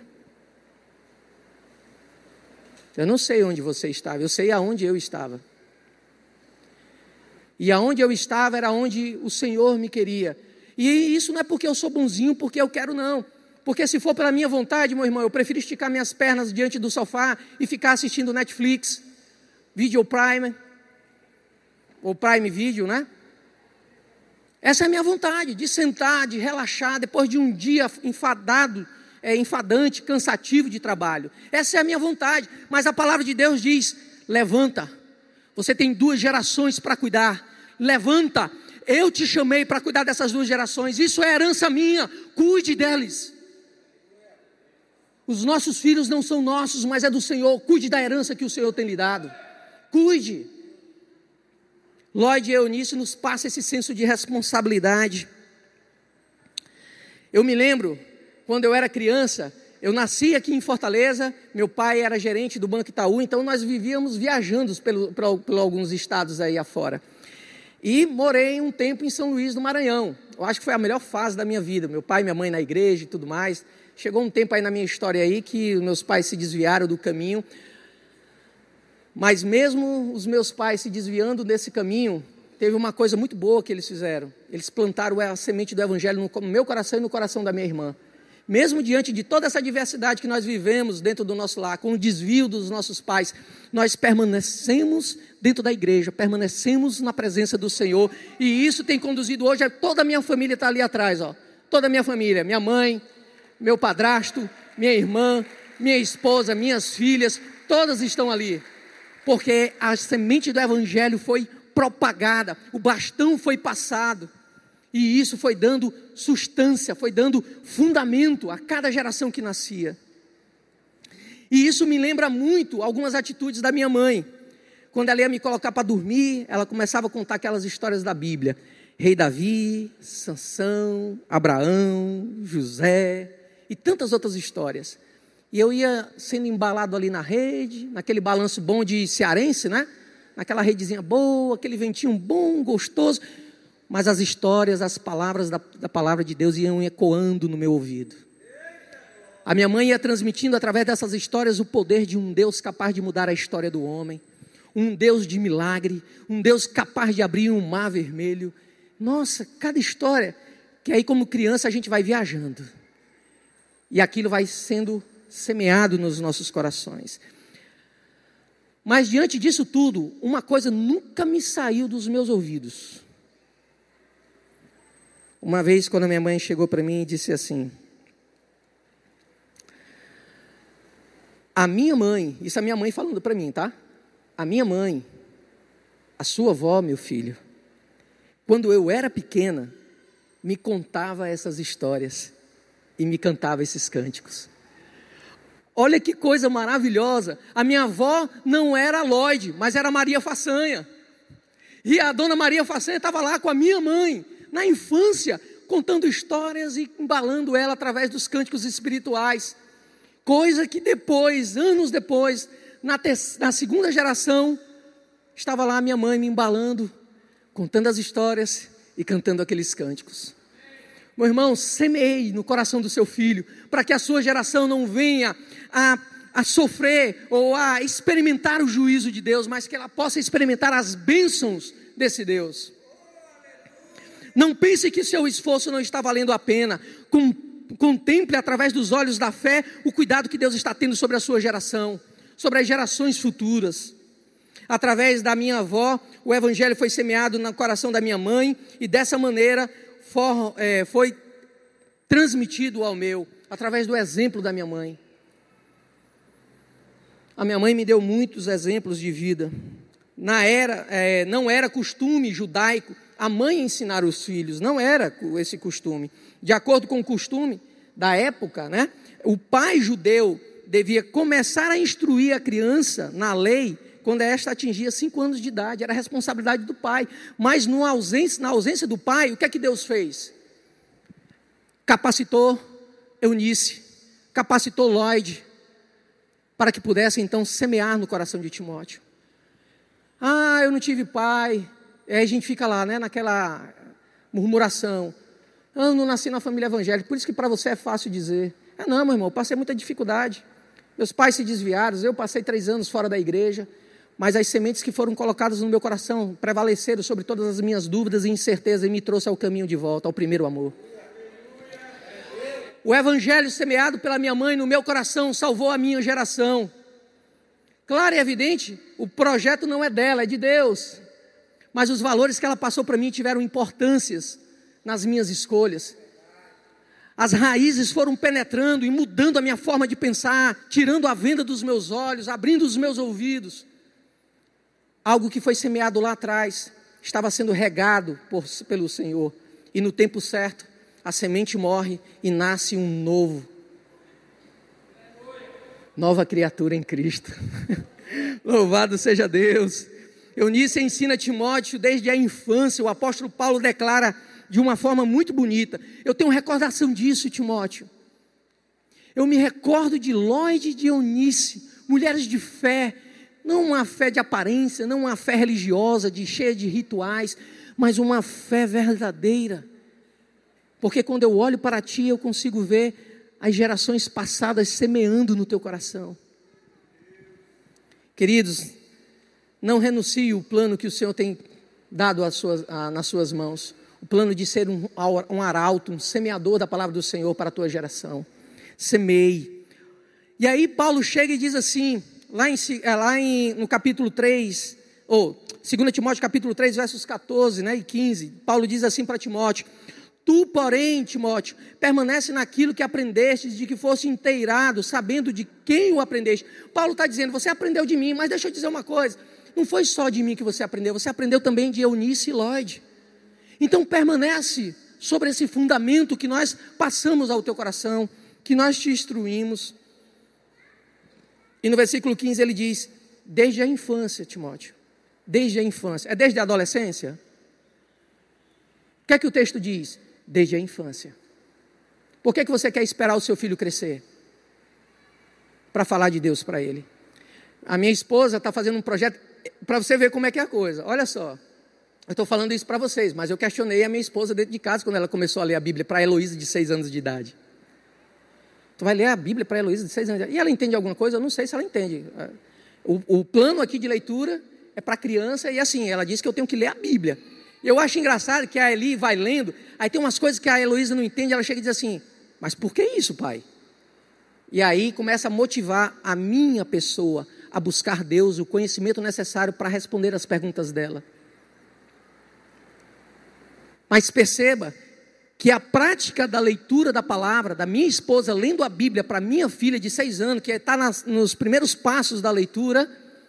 Eu não sei onde você estava, eu sei aonde eu estava. E aonde eu estava era onde o Senhor me queria. E isso não é porque eu sou bonzinho, porque eu quero não. Porque se for pela minha vontade, meu irmão, eu prefiro esticar minhas pernas diante do sofá e ficar assistindo Netflix, Video Prime, ou Prime Video, né? Essa é a minha vontade, de sentar, de relaxar, depois de um dia enfadado, é, enfadante, cansativo de trabalho. Essa é a minha vontade, mas a palavra de Deus diz, levanta, você tem duas gerações para cuidar, levanta, eu te chamei para cuidar dessas duas gerações, isso é herança minha, cuide deles. Os nossos filhos não são nossos, mas é do Senhor. Cuide da herança que o Senhor tem lhe dado. Cuide. Lloyd e Eunice nos passa esse senso de responsabilidade. Eu me lembro, quando eu era criança, eu nasci aqui em Fortaleza, meu pai era gerente do Banco Itaú, então nós vivíamos viajando pelo, pelo, pelo alguns estados aí afora. E morei um tempo em São Luís do Maranhão. Eu acho que foi a melhor fase da minha vida. Meu pai e minha mãe na igreja e tudo mais. Chegou um tempo aí na minha história aí que meus pais se desviaram do caminho. Mas mesmo os meus pais se desviando desse caminho, teve uma coisa muito boa que eles fizeram. Eles plantaram a semente do Evangelho no meu coração e no coração da minha irmã. Mesmo diante de toda essa diversidade que nós vivemos dentro do nosso lar, com o desvio dos nossos pais, nós permanecemos dentro da igreja, permanecemos na presença do Senhor. E isso tem conduzido hoje, toda a minha família está ali atrás, ó. Toda a minha família, minha mãe, meu padrasto, minha irmã, minha esposa, minhas filhas, todas estão ali. porque a semente do evangelho foi propagada, o bastão foi passado, e isso foi dando substância, foi dando fundamento a cada geração que nascia. E isso me lembra muito algumas atitudes da minha mãe. Quando ela ia me colocar para dormir, ela começava a contar aquelas histórias da Bíblia. Rei Davi, Sansão, Abraão, José e tantas outras histórias. E eu ia sendo embalado ali na rede, naquele balanço bom de cearense, né? Naquela redezinha boa, aquele ventinho bom, gostoso. Mas as histórias, as palavras da, da palavra de Deus iam ecoando no meu ouvido. A minha mãe ia transmitindo através dessas histórias o poder de um Deus capaz de mudar a história do homem. Um Deus de milagre, um Deus capaz de abrir um mar vermelho. Nossa, cada história, que aí como criança a gente vai viajando. E aquilo vai sendo semeado nos nossos corações. Mas diante disso tudo, uma coisa nunca me saiu dos meus ouvidos. Uma vez quando a minha mãe chegou para mim e disse assim: a minha mãe, isso é a minha mãe falando para mim, tá? A minha mãe, a sua avó, meu filho, quando eu era pequena, me contava essas histórias e me cantava esses cânticos. Olha que coisa maravilhosa. A minha avó não era Lloyd, mas era Maria Façanha. E a dona Maria Façanha estava lá com a minha mãe, na infância, contando histórias e embalando ela através dos cânticos espirituais. Coisa que depois, anos depois, na, te- na segunda geração, estava lá a minha mãe me embalando, contando as histórias e cantando aqueles cânticos. Meu irmão, semeie no coração do seu filho, para que a sua geração não venha a, a sofrer ou a experimentar o juízo de Deus, mas que ela possa experimentar as bênçãos desse Deus. Não pense que seu esforço não está valendo a pena. Com, contemple através dos olhos da fé o cuidado que Deus está tendo sobre a sua geração, sobre as gerações futuras. Através da minha avó, o evangelho foi semeado no coração da minha mãe, e dessa maneira for, é, foi transmitido ao meu, através do exemplo da minha mãe. A minha mãe me deu muitos exemplos de vida. Na era, é, não era costume judaico a mãe ensinar os filhos, não era esse costume. De acordo com o costume da época, né, o pai judeu devia começar a instruir a criança na lei quando esta atingia cinco anos de idade. Era a responsabilidade do pai. Mas no ausência, na ausência do pai, o que é que Deus fez? Capacitou Eunice, capacitou Lloyd, para que pudesse então semear no coração de Timóteo. Ah, eu não tive pai. Aí a gente fica lá, né, naquela murmuração. Ah, eu não nasci na família evangélica, por isso que para você é fácil dizer. É não, meu irmão, eu passei muita dificuldade. Meus pais se desviaram, eu passei três anos fora da igreja, mas as sementes que foram colocadas no meu coração prevaleceram sobre todas as minhas dúvidas e incertezas e me trouxe ao caminho de volta, ao primeiro amor. O evangelho semeado pela minha mãe no meu coração salvou a minha geração. Claro e evidente, o projeto não é dela, é de Deus. Mas os valores que ela passou para mim tiveram importâncias nas minhas escolhas. As raízes foram penetrando e mudando a minha forma de pensar, tirando a venda dos meus olhos, abrindo os meus ouvidos. Algo que foi semeado lá atrás estava sendo regado por, pelo Senhor. E no tempo certo, a semente morre e nasce um novo. Nova criatura em Cristo. Louvado seja Deus. Eunice ensina Timóteo desde a infância. O apóstolo Paulo declara de uma forma muito bonita. Eu tenho recordação disso, Timóteo. Eu me recordo de Lloyd e de Eunice, mulheres de fé, não uma fé de aparência, não uma fé religiosa, de, cheia de rituais, mas uma fé verdadeira. Porque quando eu olho para ti, eu consigo ver as gerações passadas semeando no teu coração. Queridos, não renuncie o plano que o Senhor tem dado às suas, à, nas suas mãos. O plano de ser um, um arauto, um semeador da palavra do Senhor para a tua geração. Semeie. E aí Paulo chega e diz assim, lá, em, lá em, no capítulo três, ou segundo Timóteo capítulo três, versos catorze, né, e quinze, Paulo diz assim para Timóteo: Tu, porém, Timóteo, permanece naquilo que aprendeste, de que fosse inteirado, sabendo de quem o aprendeste. Paulo está dizendo, você aprendeu de mim, mas deixa eu dizer uma coisa, não foi só de mim que você aprendeu, você aprendeu também de Eunice e Lloyd. Então permanece sobre esse fundamento que nós passamos ao teu coração, que nós te instruímos. E no versículo quinze ele diz, desde a infância, Timóteo, desde a infância, é desde a adolescência? O que é que o texto diz? Desde a infância. Por que, que você quer esperar o seu filho crescer? Para falar de Deus para ele. A minha esposa está fazendo um projeto, para você ver como é que é a coisa. Olha só, eu estou falando isso para vocês, mas eu questionei a minha esposa dentro de casa, quando ela começou a ler a Bíblia para a Heloísa de seis anos de idade. Tu vai ler a Bíblia para a Heloísa de seis anos de idade? E ela entende alguma coisa? Eu não sei se ela entende. O, o plano aqui de leitura é para criança, e assim, ela disse que eu tenho que ler a Bíblia. Eu acho engraçado que a Eli vai lendo, aí tem umas coisas que a Heloísa não entende, ela chega e diz assim, mas por que isso, pai? E aí começa a motivar a minha pessoa a buscar Deus, o conhecimento necessário para responder as perguntas dela. Mas perceba que a prática da leitura da palavra, da minha esposa lendo a Bíblia para minha filha de seis anos, que está nos primeiros passos da leitura,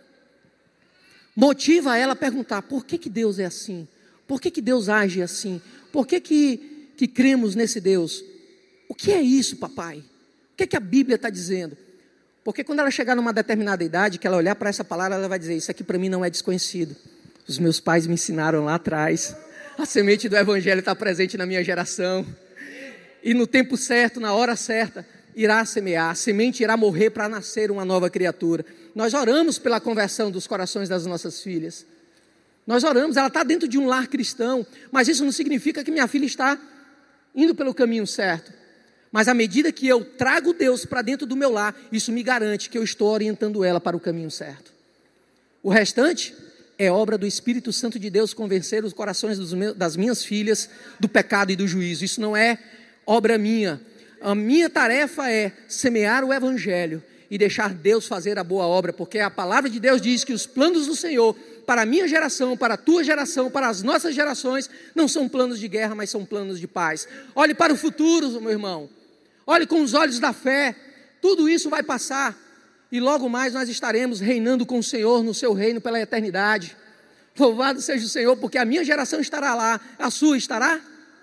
motiva ela a perguntar, por que que Deus é assim? Por que que Deus age assim? Por que que, que cremos nesse Deus? O que é isso, papai? O que é que a Bíblia está dizendo? Porque quando ela chegar numa determinada idade, que ela olhar para essa palavra, ela vai dizer, isso aqui para mim não é desconhecido. Os meus pais me ensinaram lá atrás. A semente do Evangelho está presente na minha geração. E no tempo certo, na hora certa, irá semear. A semente irá morrer para nascer uma nova criatura. Nós oramos pela conversão dos corações das nossas filhas. Nós oramos, ela está dentro de um lar cristão, mas isso não significa que minha filha está indo pelo caminho certo. Mas à medida que eu trago Deus para dentro do meu lar, isso me garante que eu estou orientando ela para o caminho certo. O restante é obra do Espírito Santo de Deus convencer os corações dos meus, das minhas filhas do pecado e do juízo. Isso não é obra minha. A minha tarefa é semear o Evangelho e deixar Deus fazer a boa obra, porque a palavra de Deus diz que os planos do Senhor para a minha geração, para a tua geração, para as nossas gerações, não são planos de guerra, mas são planos de paz. Olhe para o futuro, meu irmão. Olhe com os olhos da fé. Tudo isso vai passar. E logo mais nós estaremos reinando com o Senhor no seu reino pela eternidade. Louvado seja o Senhor, porque a minha geração estará lá. A sua estará?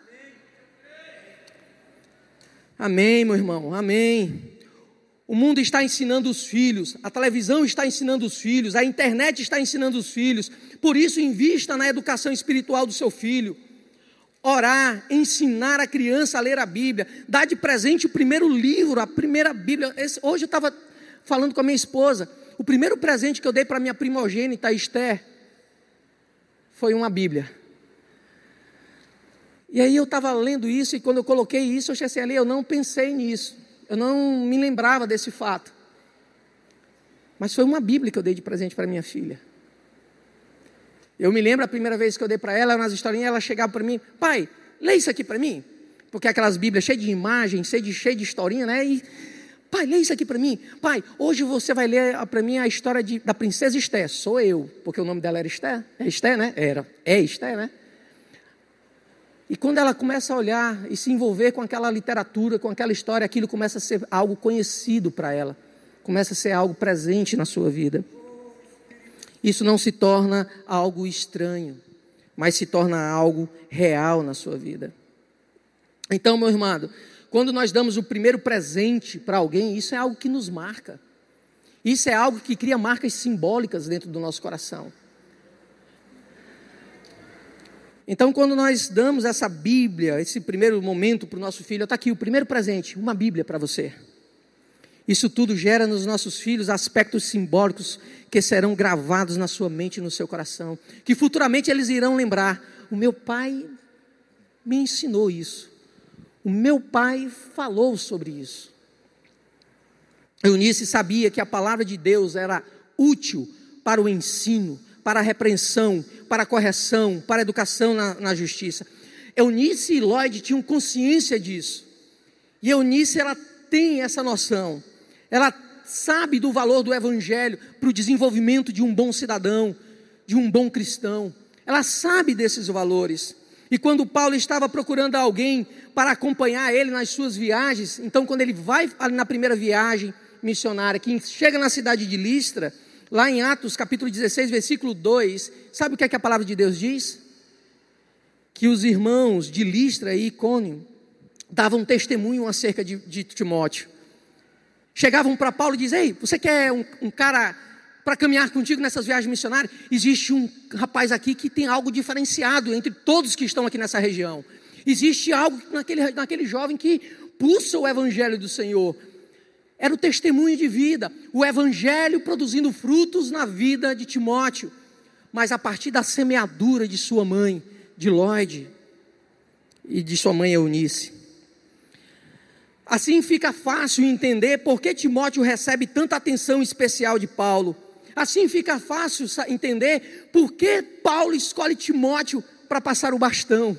Amém, meu irmão. Amém. O mundo está ensinando os filhos, a televisão está ensinando os filhos, a internet está ensinando os filhos. Por isso, invista na educação espiritual do seu filho. Orar, ensinar a criança a ler a Bíblia, dar de presente o primeiro livro, a primeira Bíblia. Esse, hoje eu estava falando com a minha esposa, o primeiro presente que eu dei para a minha primogênita, Esther, foi uma Bíblia. E aí eu estava lendo isso, e quando eu coloquei isso, eu achei assim, ali, eu não pensei nisso. Eu não me lembrava desse fato. Mas foi uma Bíblia que eu dei de presente para minha filha. Eu me lembro a primeira vez que eu dei para ela, nas historinhas, ela chegava para mim, pai, lê isso aqui para mim. Porque aquelas Bíblias cheias de imagens, cheias de, cheia de historinha, né? E, pai, lê isso aqui para mim. Pai, hoje você vai ler para mim a história de, da princesa Esther. Sou eu, porque o nome dela era Esther. É Esther, né? Era. É Esther, né? E quando ela começa a olhar e se envolver com aquela literatura, com aquela história, aquilo começa a ser algo conhecido para ela. Começa a ser algo presente na sua vida. Isso não se torna algo estranho, mas se torna algo real na sua vida. Então, meu irmão, quando nós damos o primeiro presente para alguém, isso é algo que nos marca. Isso é algo que cria marcas simbólicas dentro do nosso coração. Então, quando nós damos essa Bíblia, esse primeiro momento para o nosso filho, está aqui o primeiro presente, uma Bíblia para você. Isso tudo gera nos nossos filhos aspectos simbólicos que serão gravados na sua mente e no seu coração, que futuramente eles irão lembrar, o meu pai me ensinou isso, o meu pai falou sobre isso. Eunice sabia que a palavra de Deus era útil para o ensino, para a repreensão, para a correção, para a educação na, na justiça. Eunice e Lloyd tinham consciência disso. E Eunice, ela tem essa noção. Ela sabe do valor do Evangelho para o desenvolvimento de um bom cidadão, de um bom cristão. Ela sabe desses valores. E quando Paulo estava procurando alguém para acompanhar ele nas suas viagens, então quando ele vai na primeira viagem missionária, que chega na cidade de Listra, lá em Atos capítulo dezesseis, versículo dois, sabe o que é que a palavra de Deus diz? Que os irmãos de Listra e Icônio davam testemunho acerca de, de Timóteo. Chegavam para Paulo e diziam: ei, você quer um, um cara para caminhar contigo nessas viagens missionárias? Existe um rapaz aqui que tem algo diferenciado entre todos que estão aqui nessa região. Existe algo naquele, naquele jovem que pulsa o evangelho do Senhor. Era o testemunho de vida, o evangelho produzindo frutos na vida de Timóteo, mas a partir da semeadura de sua mãe, de Lloyd, e de sua mãe Eunice. Assim fica fácil entender por que Timóteo recebe tanta atenção especial de Paulo. Assim fica fácil entender por que Paulo escolhe Timóteo para passar o bastão.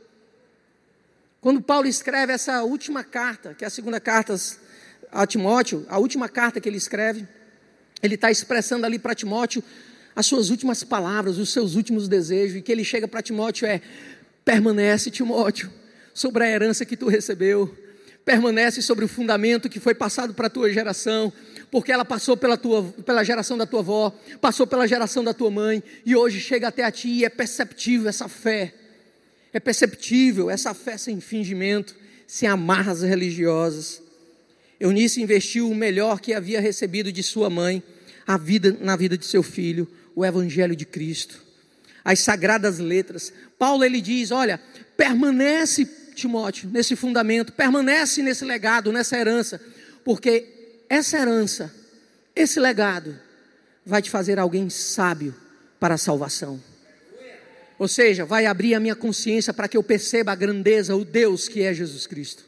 Quando Paulo escreve essa última carta, que é a segunda carta a Timóteo, a última carta que ele escreve, ele está expressando ali para Timóteo as suas últimas palavras, os seus últimos desejos, e que ele chega para Timóteo é: permanece, Timóteo, sobre a herança que tu recebeu, permanece sobre o fundamento que foi passado para a tua geração, porque ela passou pela, tua, pela geração da tua avó, passou pela geração da tua mãe, e hoje chega até a ti, e é perceptível essa fé, é perceptível essa fé sem fingimento, sem amarras religiosas. Eunice investiu o melhor que havia recebido de sua mãe, a vida, na vida de seu filho, o evangelho de Cristo, as sagradas letras. Paulo ele diz: olha, permanece, Timóteo, nesse fundamento, permanece nesse legado, nessa herança, porque essa herança, esse legado, vai te fazer alguém sábio para a salvação. Ou seja, vai abrir a minha consciência para que eu perceba a grandeza, o Deus que é Jesus Cristo.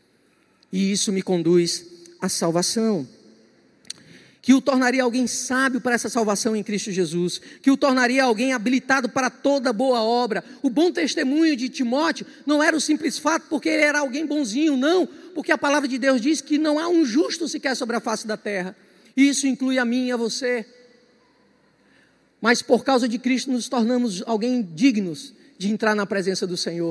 E isso me conduz à salvação, que o tornaria alguém sábio para essa salvação em Cristo Jesus, que o tornaria alguém habilitado para toda boa obra. O bom testemunho de Timóteo não era o simples fato porque ele era alguém bonzinho, não, porque a palavra de Deus diz que não há um justo sequer sobre a face da terra. Isso inclui a mim e a você. Mas por causa de Cristo nos tornamos alguém dignos de entrar na presença do Senhor.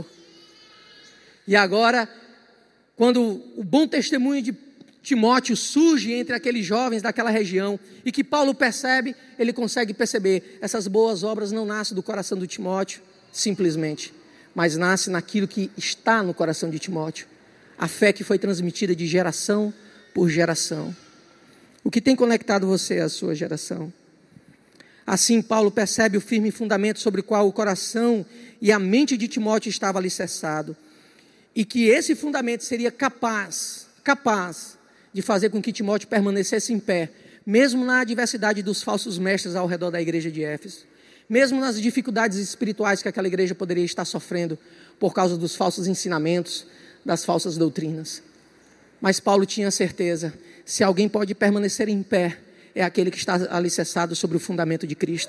E agora, quando o bom testemunho de Timóteo surge entre aqueles jovens daquela região, e que Paulo percebe, ele consegue perceber, essas boas obras não nascem do coração do Timóteo, simplesmente, mas nascem naquilo que está no coração de Timóteo, a fé que foi transmitida de geração por geração. O que tem conectado você à sua geração? Assim, Paulo percebe o firme fundamento sobre o qual o coração e a mente de Timóteo estava alicerçado, e que esse fundamento seria capaz, capaz de fazer com que Timóteo permanecesse em pé, mesmo na adversidade dos falsos mestres ao redor da igreja de Éfeso, mesmo nas dificuldades espirituais que aquela igreja poderia estar sofrendo por causa dos falsos ensinamentos, das falsas doutrinas. Mas Paulo tinha certeza, se alguém pode permanecer em pé, é aquele que está alicerçado sobre o fundamento de Cristo.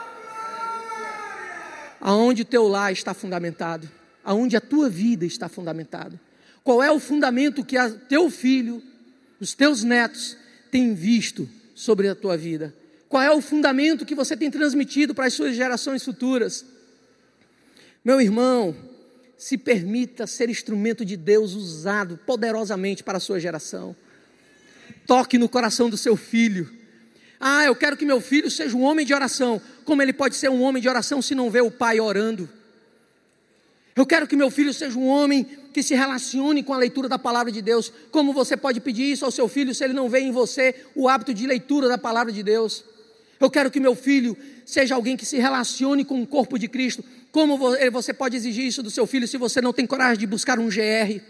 Aonde o teu lar está fundamentado? Aonde a tua vida está fundamentada? Qual é o fundamento que o teu filho, os teus netos têm visto sobre a tua vida? Qual é o fundamento que você tem transmitido para as suas gerações futuras? Meu irmão, se permita ser instrumento de Deus usado poderosamente para a sua geração. Toque no coração do seu filho. Ah, eu quero que meu filho seja um homem de oração. Como ele pode ser um homem de oração se não vê o pai orando? Eu quero que meu filho seja um homem que se relacione com a leitura da palavra de Deus. Como você pode pedir isso ao seu filho se ele não vê em você o hábito de leitura da palavra de Deus? Eu quero que meu filho seja alguém que se relacione com o corpo de Cristo. Como você pode exigir isso do seu filho se você não tem coragem de buscar um G R?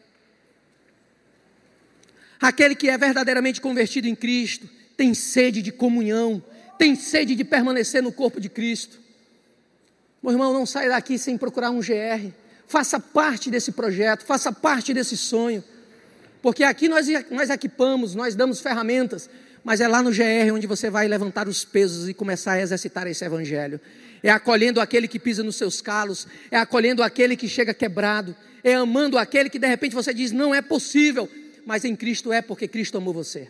Aquele que é verdadeiramente convertido em Cristo tem sede de comunhão, tem sede de permanecer no corpo de Cristo. Meu irmão, não saia daqui sem procurar um G R. Faça parte desse projeto, faça parte desse sonho. Porque aqui nós, nós equipamos, nós damos ferramentas, mas é lá no G R onde você vai levantar os pesos e começar a exercitar esse evangelho. É acolhendo aquele que pisa nos seus calos, é acolhendo aquele que chega quebrado, é amando aquele que de repente você diz, não é possível, mas em Cristo é, porque Cristo amou você.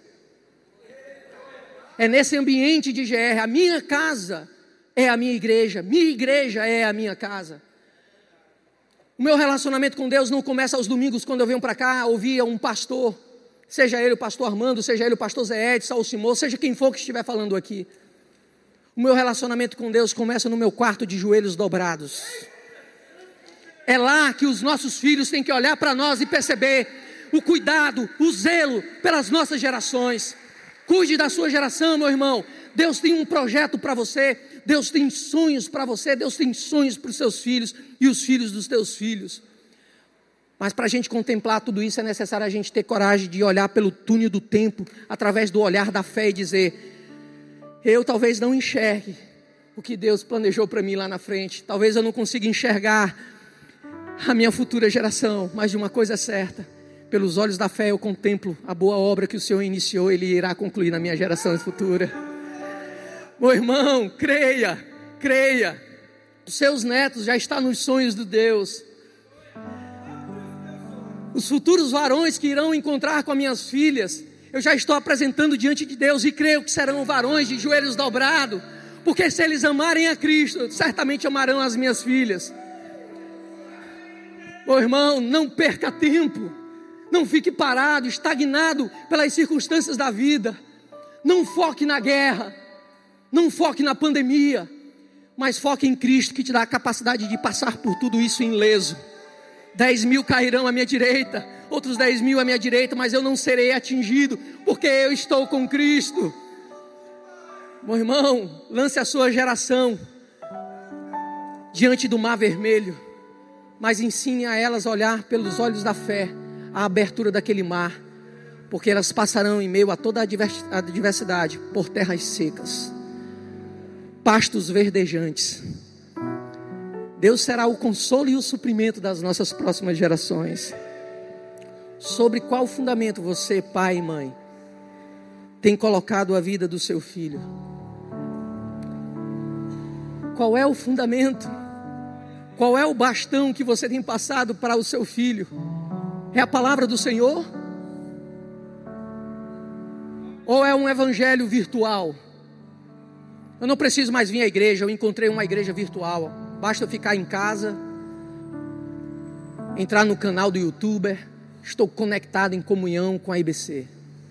É nesse ambiente de G R, a minha casa é a minha igreja, minha igreja é a minha casa. O meu relacionamento com Deus não começa aos domingos, quando eu venho para cá ouvir um pastor, seja ele o pastor Armando, seja ele o pastor Zé Edson, Saul Simão, seja quem for que estiver falando aqui. O meu relacionamento com Deus começa no meu quarto de joelhos dobrados. É lá que os nossos filhos têm que olhar para nós e perceber o cuidado, o zelo pelas nossas gerações. Cuide da sua geração, meu irmão. Deus tem um projeto para você, Deus tem sonhos para você, Deus tem sonhos para os seus filhos e os filhos dos teus filhos. Mas para a gente contemplar tudo isso é necessário a gente ter coragem de olhar pelo túnel do tempo, através do olhar da fé e dizer: eu talvez não enxergue o que Deus planejou para mim lá na frente, talvez eu não consiga enxergar a minha futura geração, mas de uma coisa é certa: pelos olhos da fé eu contemplo a boa obra que o Senhor iniciou, Ele irá concluir na minha geração futura. Meu irmão, creia, creia, os seus netos já estão nos sonhos de Deus. Os futuros varões que irão encontrar com as minhas filhas, eu já estou apresentando diante de Deus, e creio que serão varões de joelhos dobrados, porque se eles amarem a Cristo, certamente amarão as minhas filhas. Meu irmão, não perca tempo, não fique parado, estagnado pelas circunstâncias da vida. Não foque na guerra, não foque na pandemia, mas foque em Cristo, que te dá a capacidade de passar por tudo isso ileso. Dez mil cairão à minha direita, outros dez mil à minha direita, mas eu não serei atingido, porque eu estou com Cristo. Meu irmão, lance a sua geração diante do mar vermelho, mas ensine a elas a olhar pelos olhos da fé, a abertura daquele mar, porque elas passarão em meio a toda a adversidade, por terras secas, pastos verdejantes. Deus será o consolo e o suprimento das nossas próximas gerações. Sobre qual fundamento você, pai e mãe, tem colocado a vida do seu filho? Qual é o fundamento? Qual é o bastão que você tem passado para o seu filho? É a palavra do Senhor? Ou é um evangelho virtual? Eu não preciso mais vir à igreja, eu encontrei uma igreja virtual. Basta eu ficar em casa, entrar no canal do YouTuber, estou conectado em comunhão com a I B C.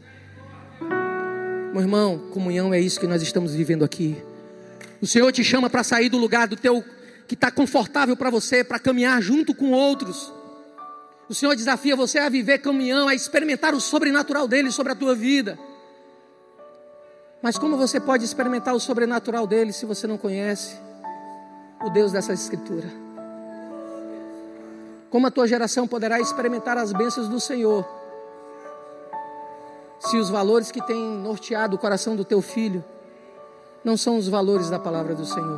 Meu irmão, comunhão é isso que nós estamos vivendo aqui. O Senhor te chama para sair do lugar do teu, que está confortável para você, para caminhar junto com outros. O Senhor desafia você a viver comunhão, a experimentar o sobrenatural dele sobre a tua vida. Mas como você pode experimentar o sobrenatural dele se você não conhece o Deus dessa escritura? Como a tua geração poderá experimentar as bênçãos do Senhor se os valores que têm norteado o coração do teu filho não são os valores da palavra do Senhor?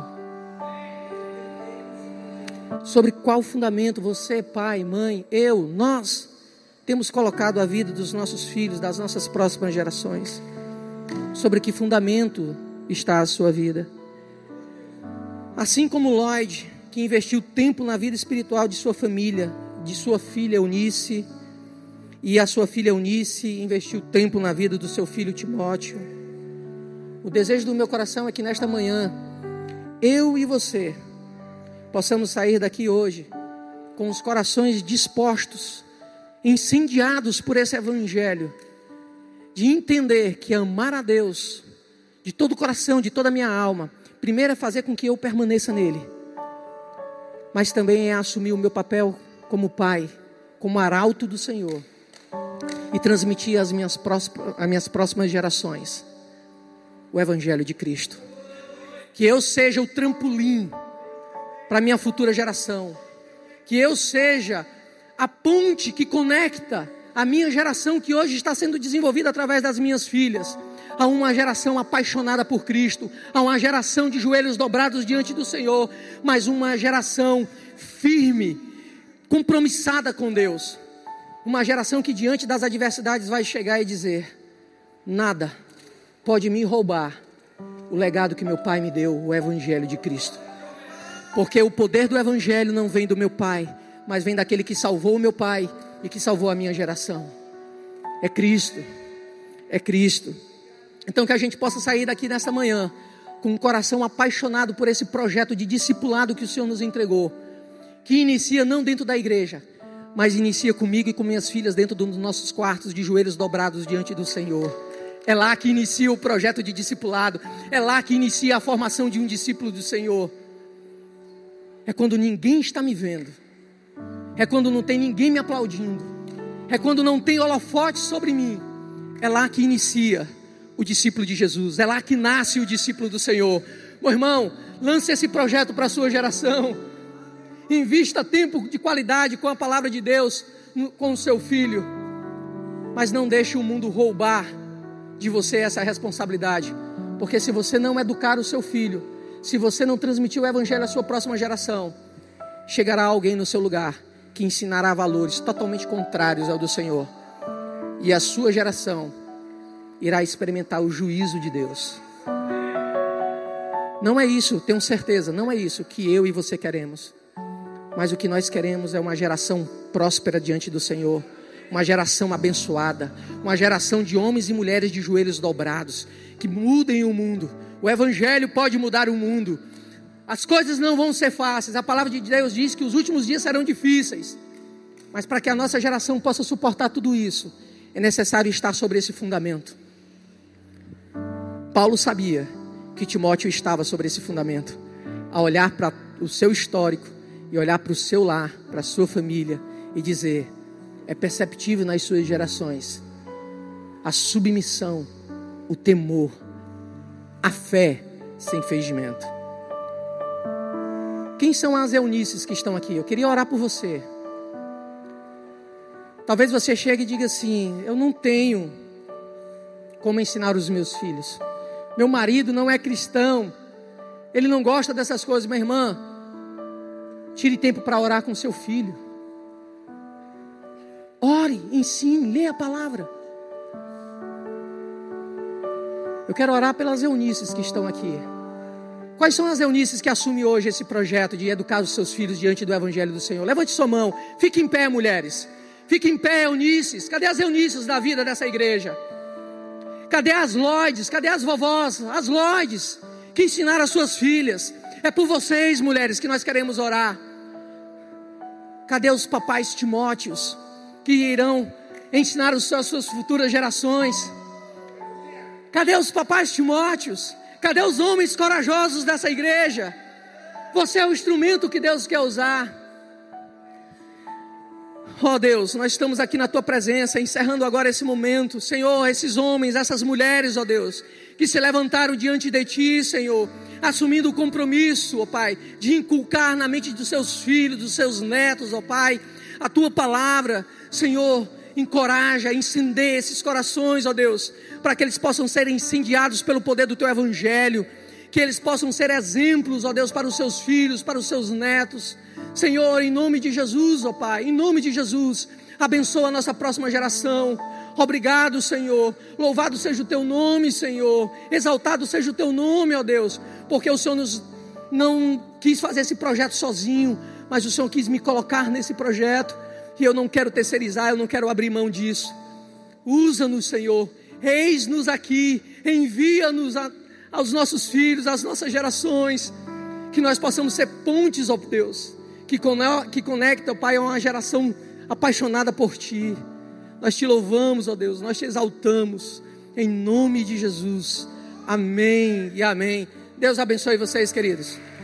Sobre qual fundamento você, pai, mãe, eu, nós temos colocado a vida dos nossos filhos, das nossas próximas gerações? Sobre que fundamento está a sua vida? Assim como Lloyd, que investiu tempo na vida espiritual de sua família, de sua filha Eunice, e a sua filha Eunice investiu tempo na vida do seu filho Timóteo. O desejo do meu coração é que nesta manhã, eu e você, possamos sair daqui hoje com os corações dispostos, incendiados por esse evangelho, de entender que amar a Deus de todo o coração, de toda a minha alma, primeiro é fazer com que eu permaneça nele, mas também é assumir o meu papel como pai, como arauto do Senhor, e transmitir às minhas próximas, às minhas próximas gerações o evangelho de Cristo. Que eu seja o trampolim para a minha futura geração, que eu seja a ponte que conecta a minha geração, que hoje está sendo desenvolvida através das minhas filhas, a uma geração apaixonada por Cristo, a uma geração de joelhos dobrados diante do Senhor, mas uma geração firme, compromissada com Deus, uma geração que diante das adversidades vai chegar e dizer: nada pode me roubar o legado que meu pai me deu, o evangelho de Cristo, porque o poder do evangelho não vem do meu pai, mas vem daquele que salvou o meu pai e que salvou a minha geração. É Cristo, é Cristo. Então que a gente possa sair daqui nesta manhã com um coração apaixonado por esse projeto de discipulado que o Senhor nos entregou, que inicia não dentro da igreja, mas inicia comigo e com minhas filhas dentro dos nossos quartos, de joelhos dobrados diante do Senhor. É lá que inicia o projeto de discipulado. É lá que inicia a formação de um discípulo do Senhor. É quando ninguém está me vendo. É quando não tem ninguém me aplaudindo. É quando não tem holofote sobre mim. É lá que inicia o discípulo de Jesus. É lá que nasce o discípulo do Senhor. Meu irmão, lance esse projeto para a sua geração. Invista tempo de qualidade com a palavra de Deus, com o seu filho. Mas não deixe o mundo roubar de você essa responsabilidade. Porque se você não educar o seu filho, se você não transmitir o evangelho à sua próxima geração, chegará alguém no seu lugar que ensinará valores totalmente contrários ao do Senhor. E a sua geração irá experimentar o juízo de Deus. Não é isso, tenho certeza, não é isso que eu e você queremos. Mas o que nós queremos é uma geração próspera diante do Senhor. Uma geração abençoada. Uma geração de homens e mulheres de joelhos dobrados, que mudem o mundo. O evangelho pode mudar o mundo. As coisas não vão ser fáceis. A palavra de Deus diz que os últimos dias serão difíceis. Mas para que a nossa geração possa suportar tudo isso, é necessário estar sobre esse fundamento. Paulo sabia que Timóteo estava sobre esse fundamento. A olhar para o seu histórico e olhar para o seu lar, para a sua família e dizer: é perceptível nas suas gerações a submissão, o temor, a fé sem fingimento. Quem são as Eunices que estão aqui? Eu queria orar por você. Talvez você chegue e diga assim: eu não tenho como ensinar os meus filhos. Meu marido não é cristão, ele não gosta dessas coisas. Minha irmã, tire tempo para orar com seu filho. Ore, ensine, leia a palavra. Eu quero orar pelas Eunices que estão aqui. Quais são as Eunices que assumem hoje esse projeto de educar os seus filhos diante do evangelho do Senhor? Levante sua mão, fique em pé, mulheres. Fique em pé, Eunices. Cadê as Eunices da vida dessa igreja? Cadê as Lloydes? Cadê as vovós? As Lloydes que ensinaram as suas filhas. É por vocês, mulheres, que nós queremos orar. Cadê os papais Timóteos que irão ensinar as suas futuras gerações? Cadê os papais Timóteos? Cadê os homens corajosos dessa igreja? Você é o instrumento que Deus quer usar. Oh Deus, nós estamos aqui na Tua presença, encerrando agora esse momento. Senhor, esses homens, essas mulheres, oh Deus, que se levantaram diante de Ti, Senhor, assumindo o compromisso, oh Pai, de inculcar na mente dos seus filhos, dos seus netos, oh Pai, a Tua palavra. Senhor, encoraja, incendeia esses corações, ó Deus, para que eles possam ser incendiados pelo poder do Teu Evangelho, que eles possam ser exemplos, ó Deus, para os seus filhos, para os seus netos. Senhor, em nome de Jesus, ó Pai, em nome de Jesus, abençoa a nossa próxima geração. Obrigado, Senhor, louvado seja o Teu nome, Senhor, exaltado seja o Teu nome, ó Deus, porque o Senhor nos, não quis fazer esse projeto sozinho, mas o Senhor quis me colocar nesse projeto, e eu não quero terceirizar, eu não quero abrir mão disso. Usa-nos, Senhor, eis-nos aqui, envia-nos a, aos nossos filhos, às nossas gerações, que nós possamos ser pontes, ó Deus, que, que conecta, ó Pai, a uma geração apaixonada por Ti. Nós Te louvamos, ó Deus, nós Te exaltamos, em nome de Jesus, amém e amém. Deus abençoe vocês, queridos.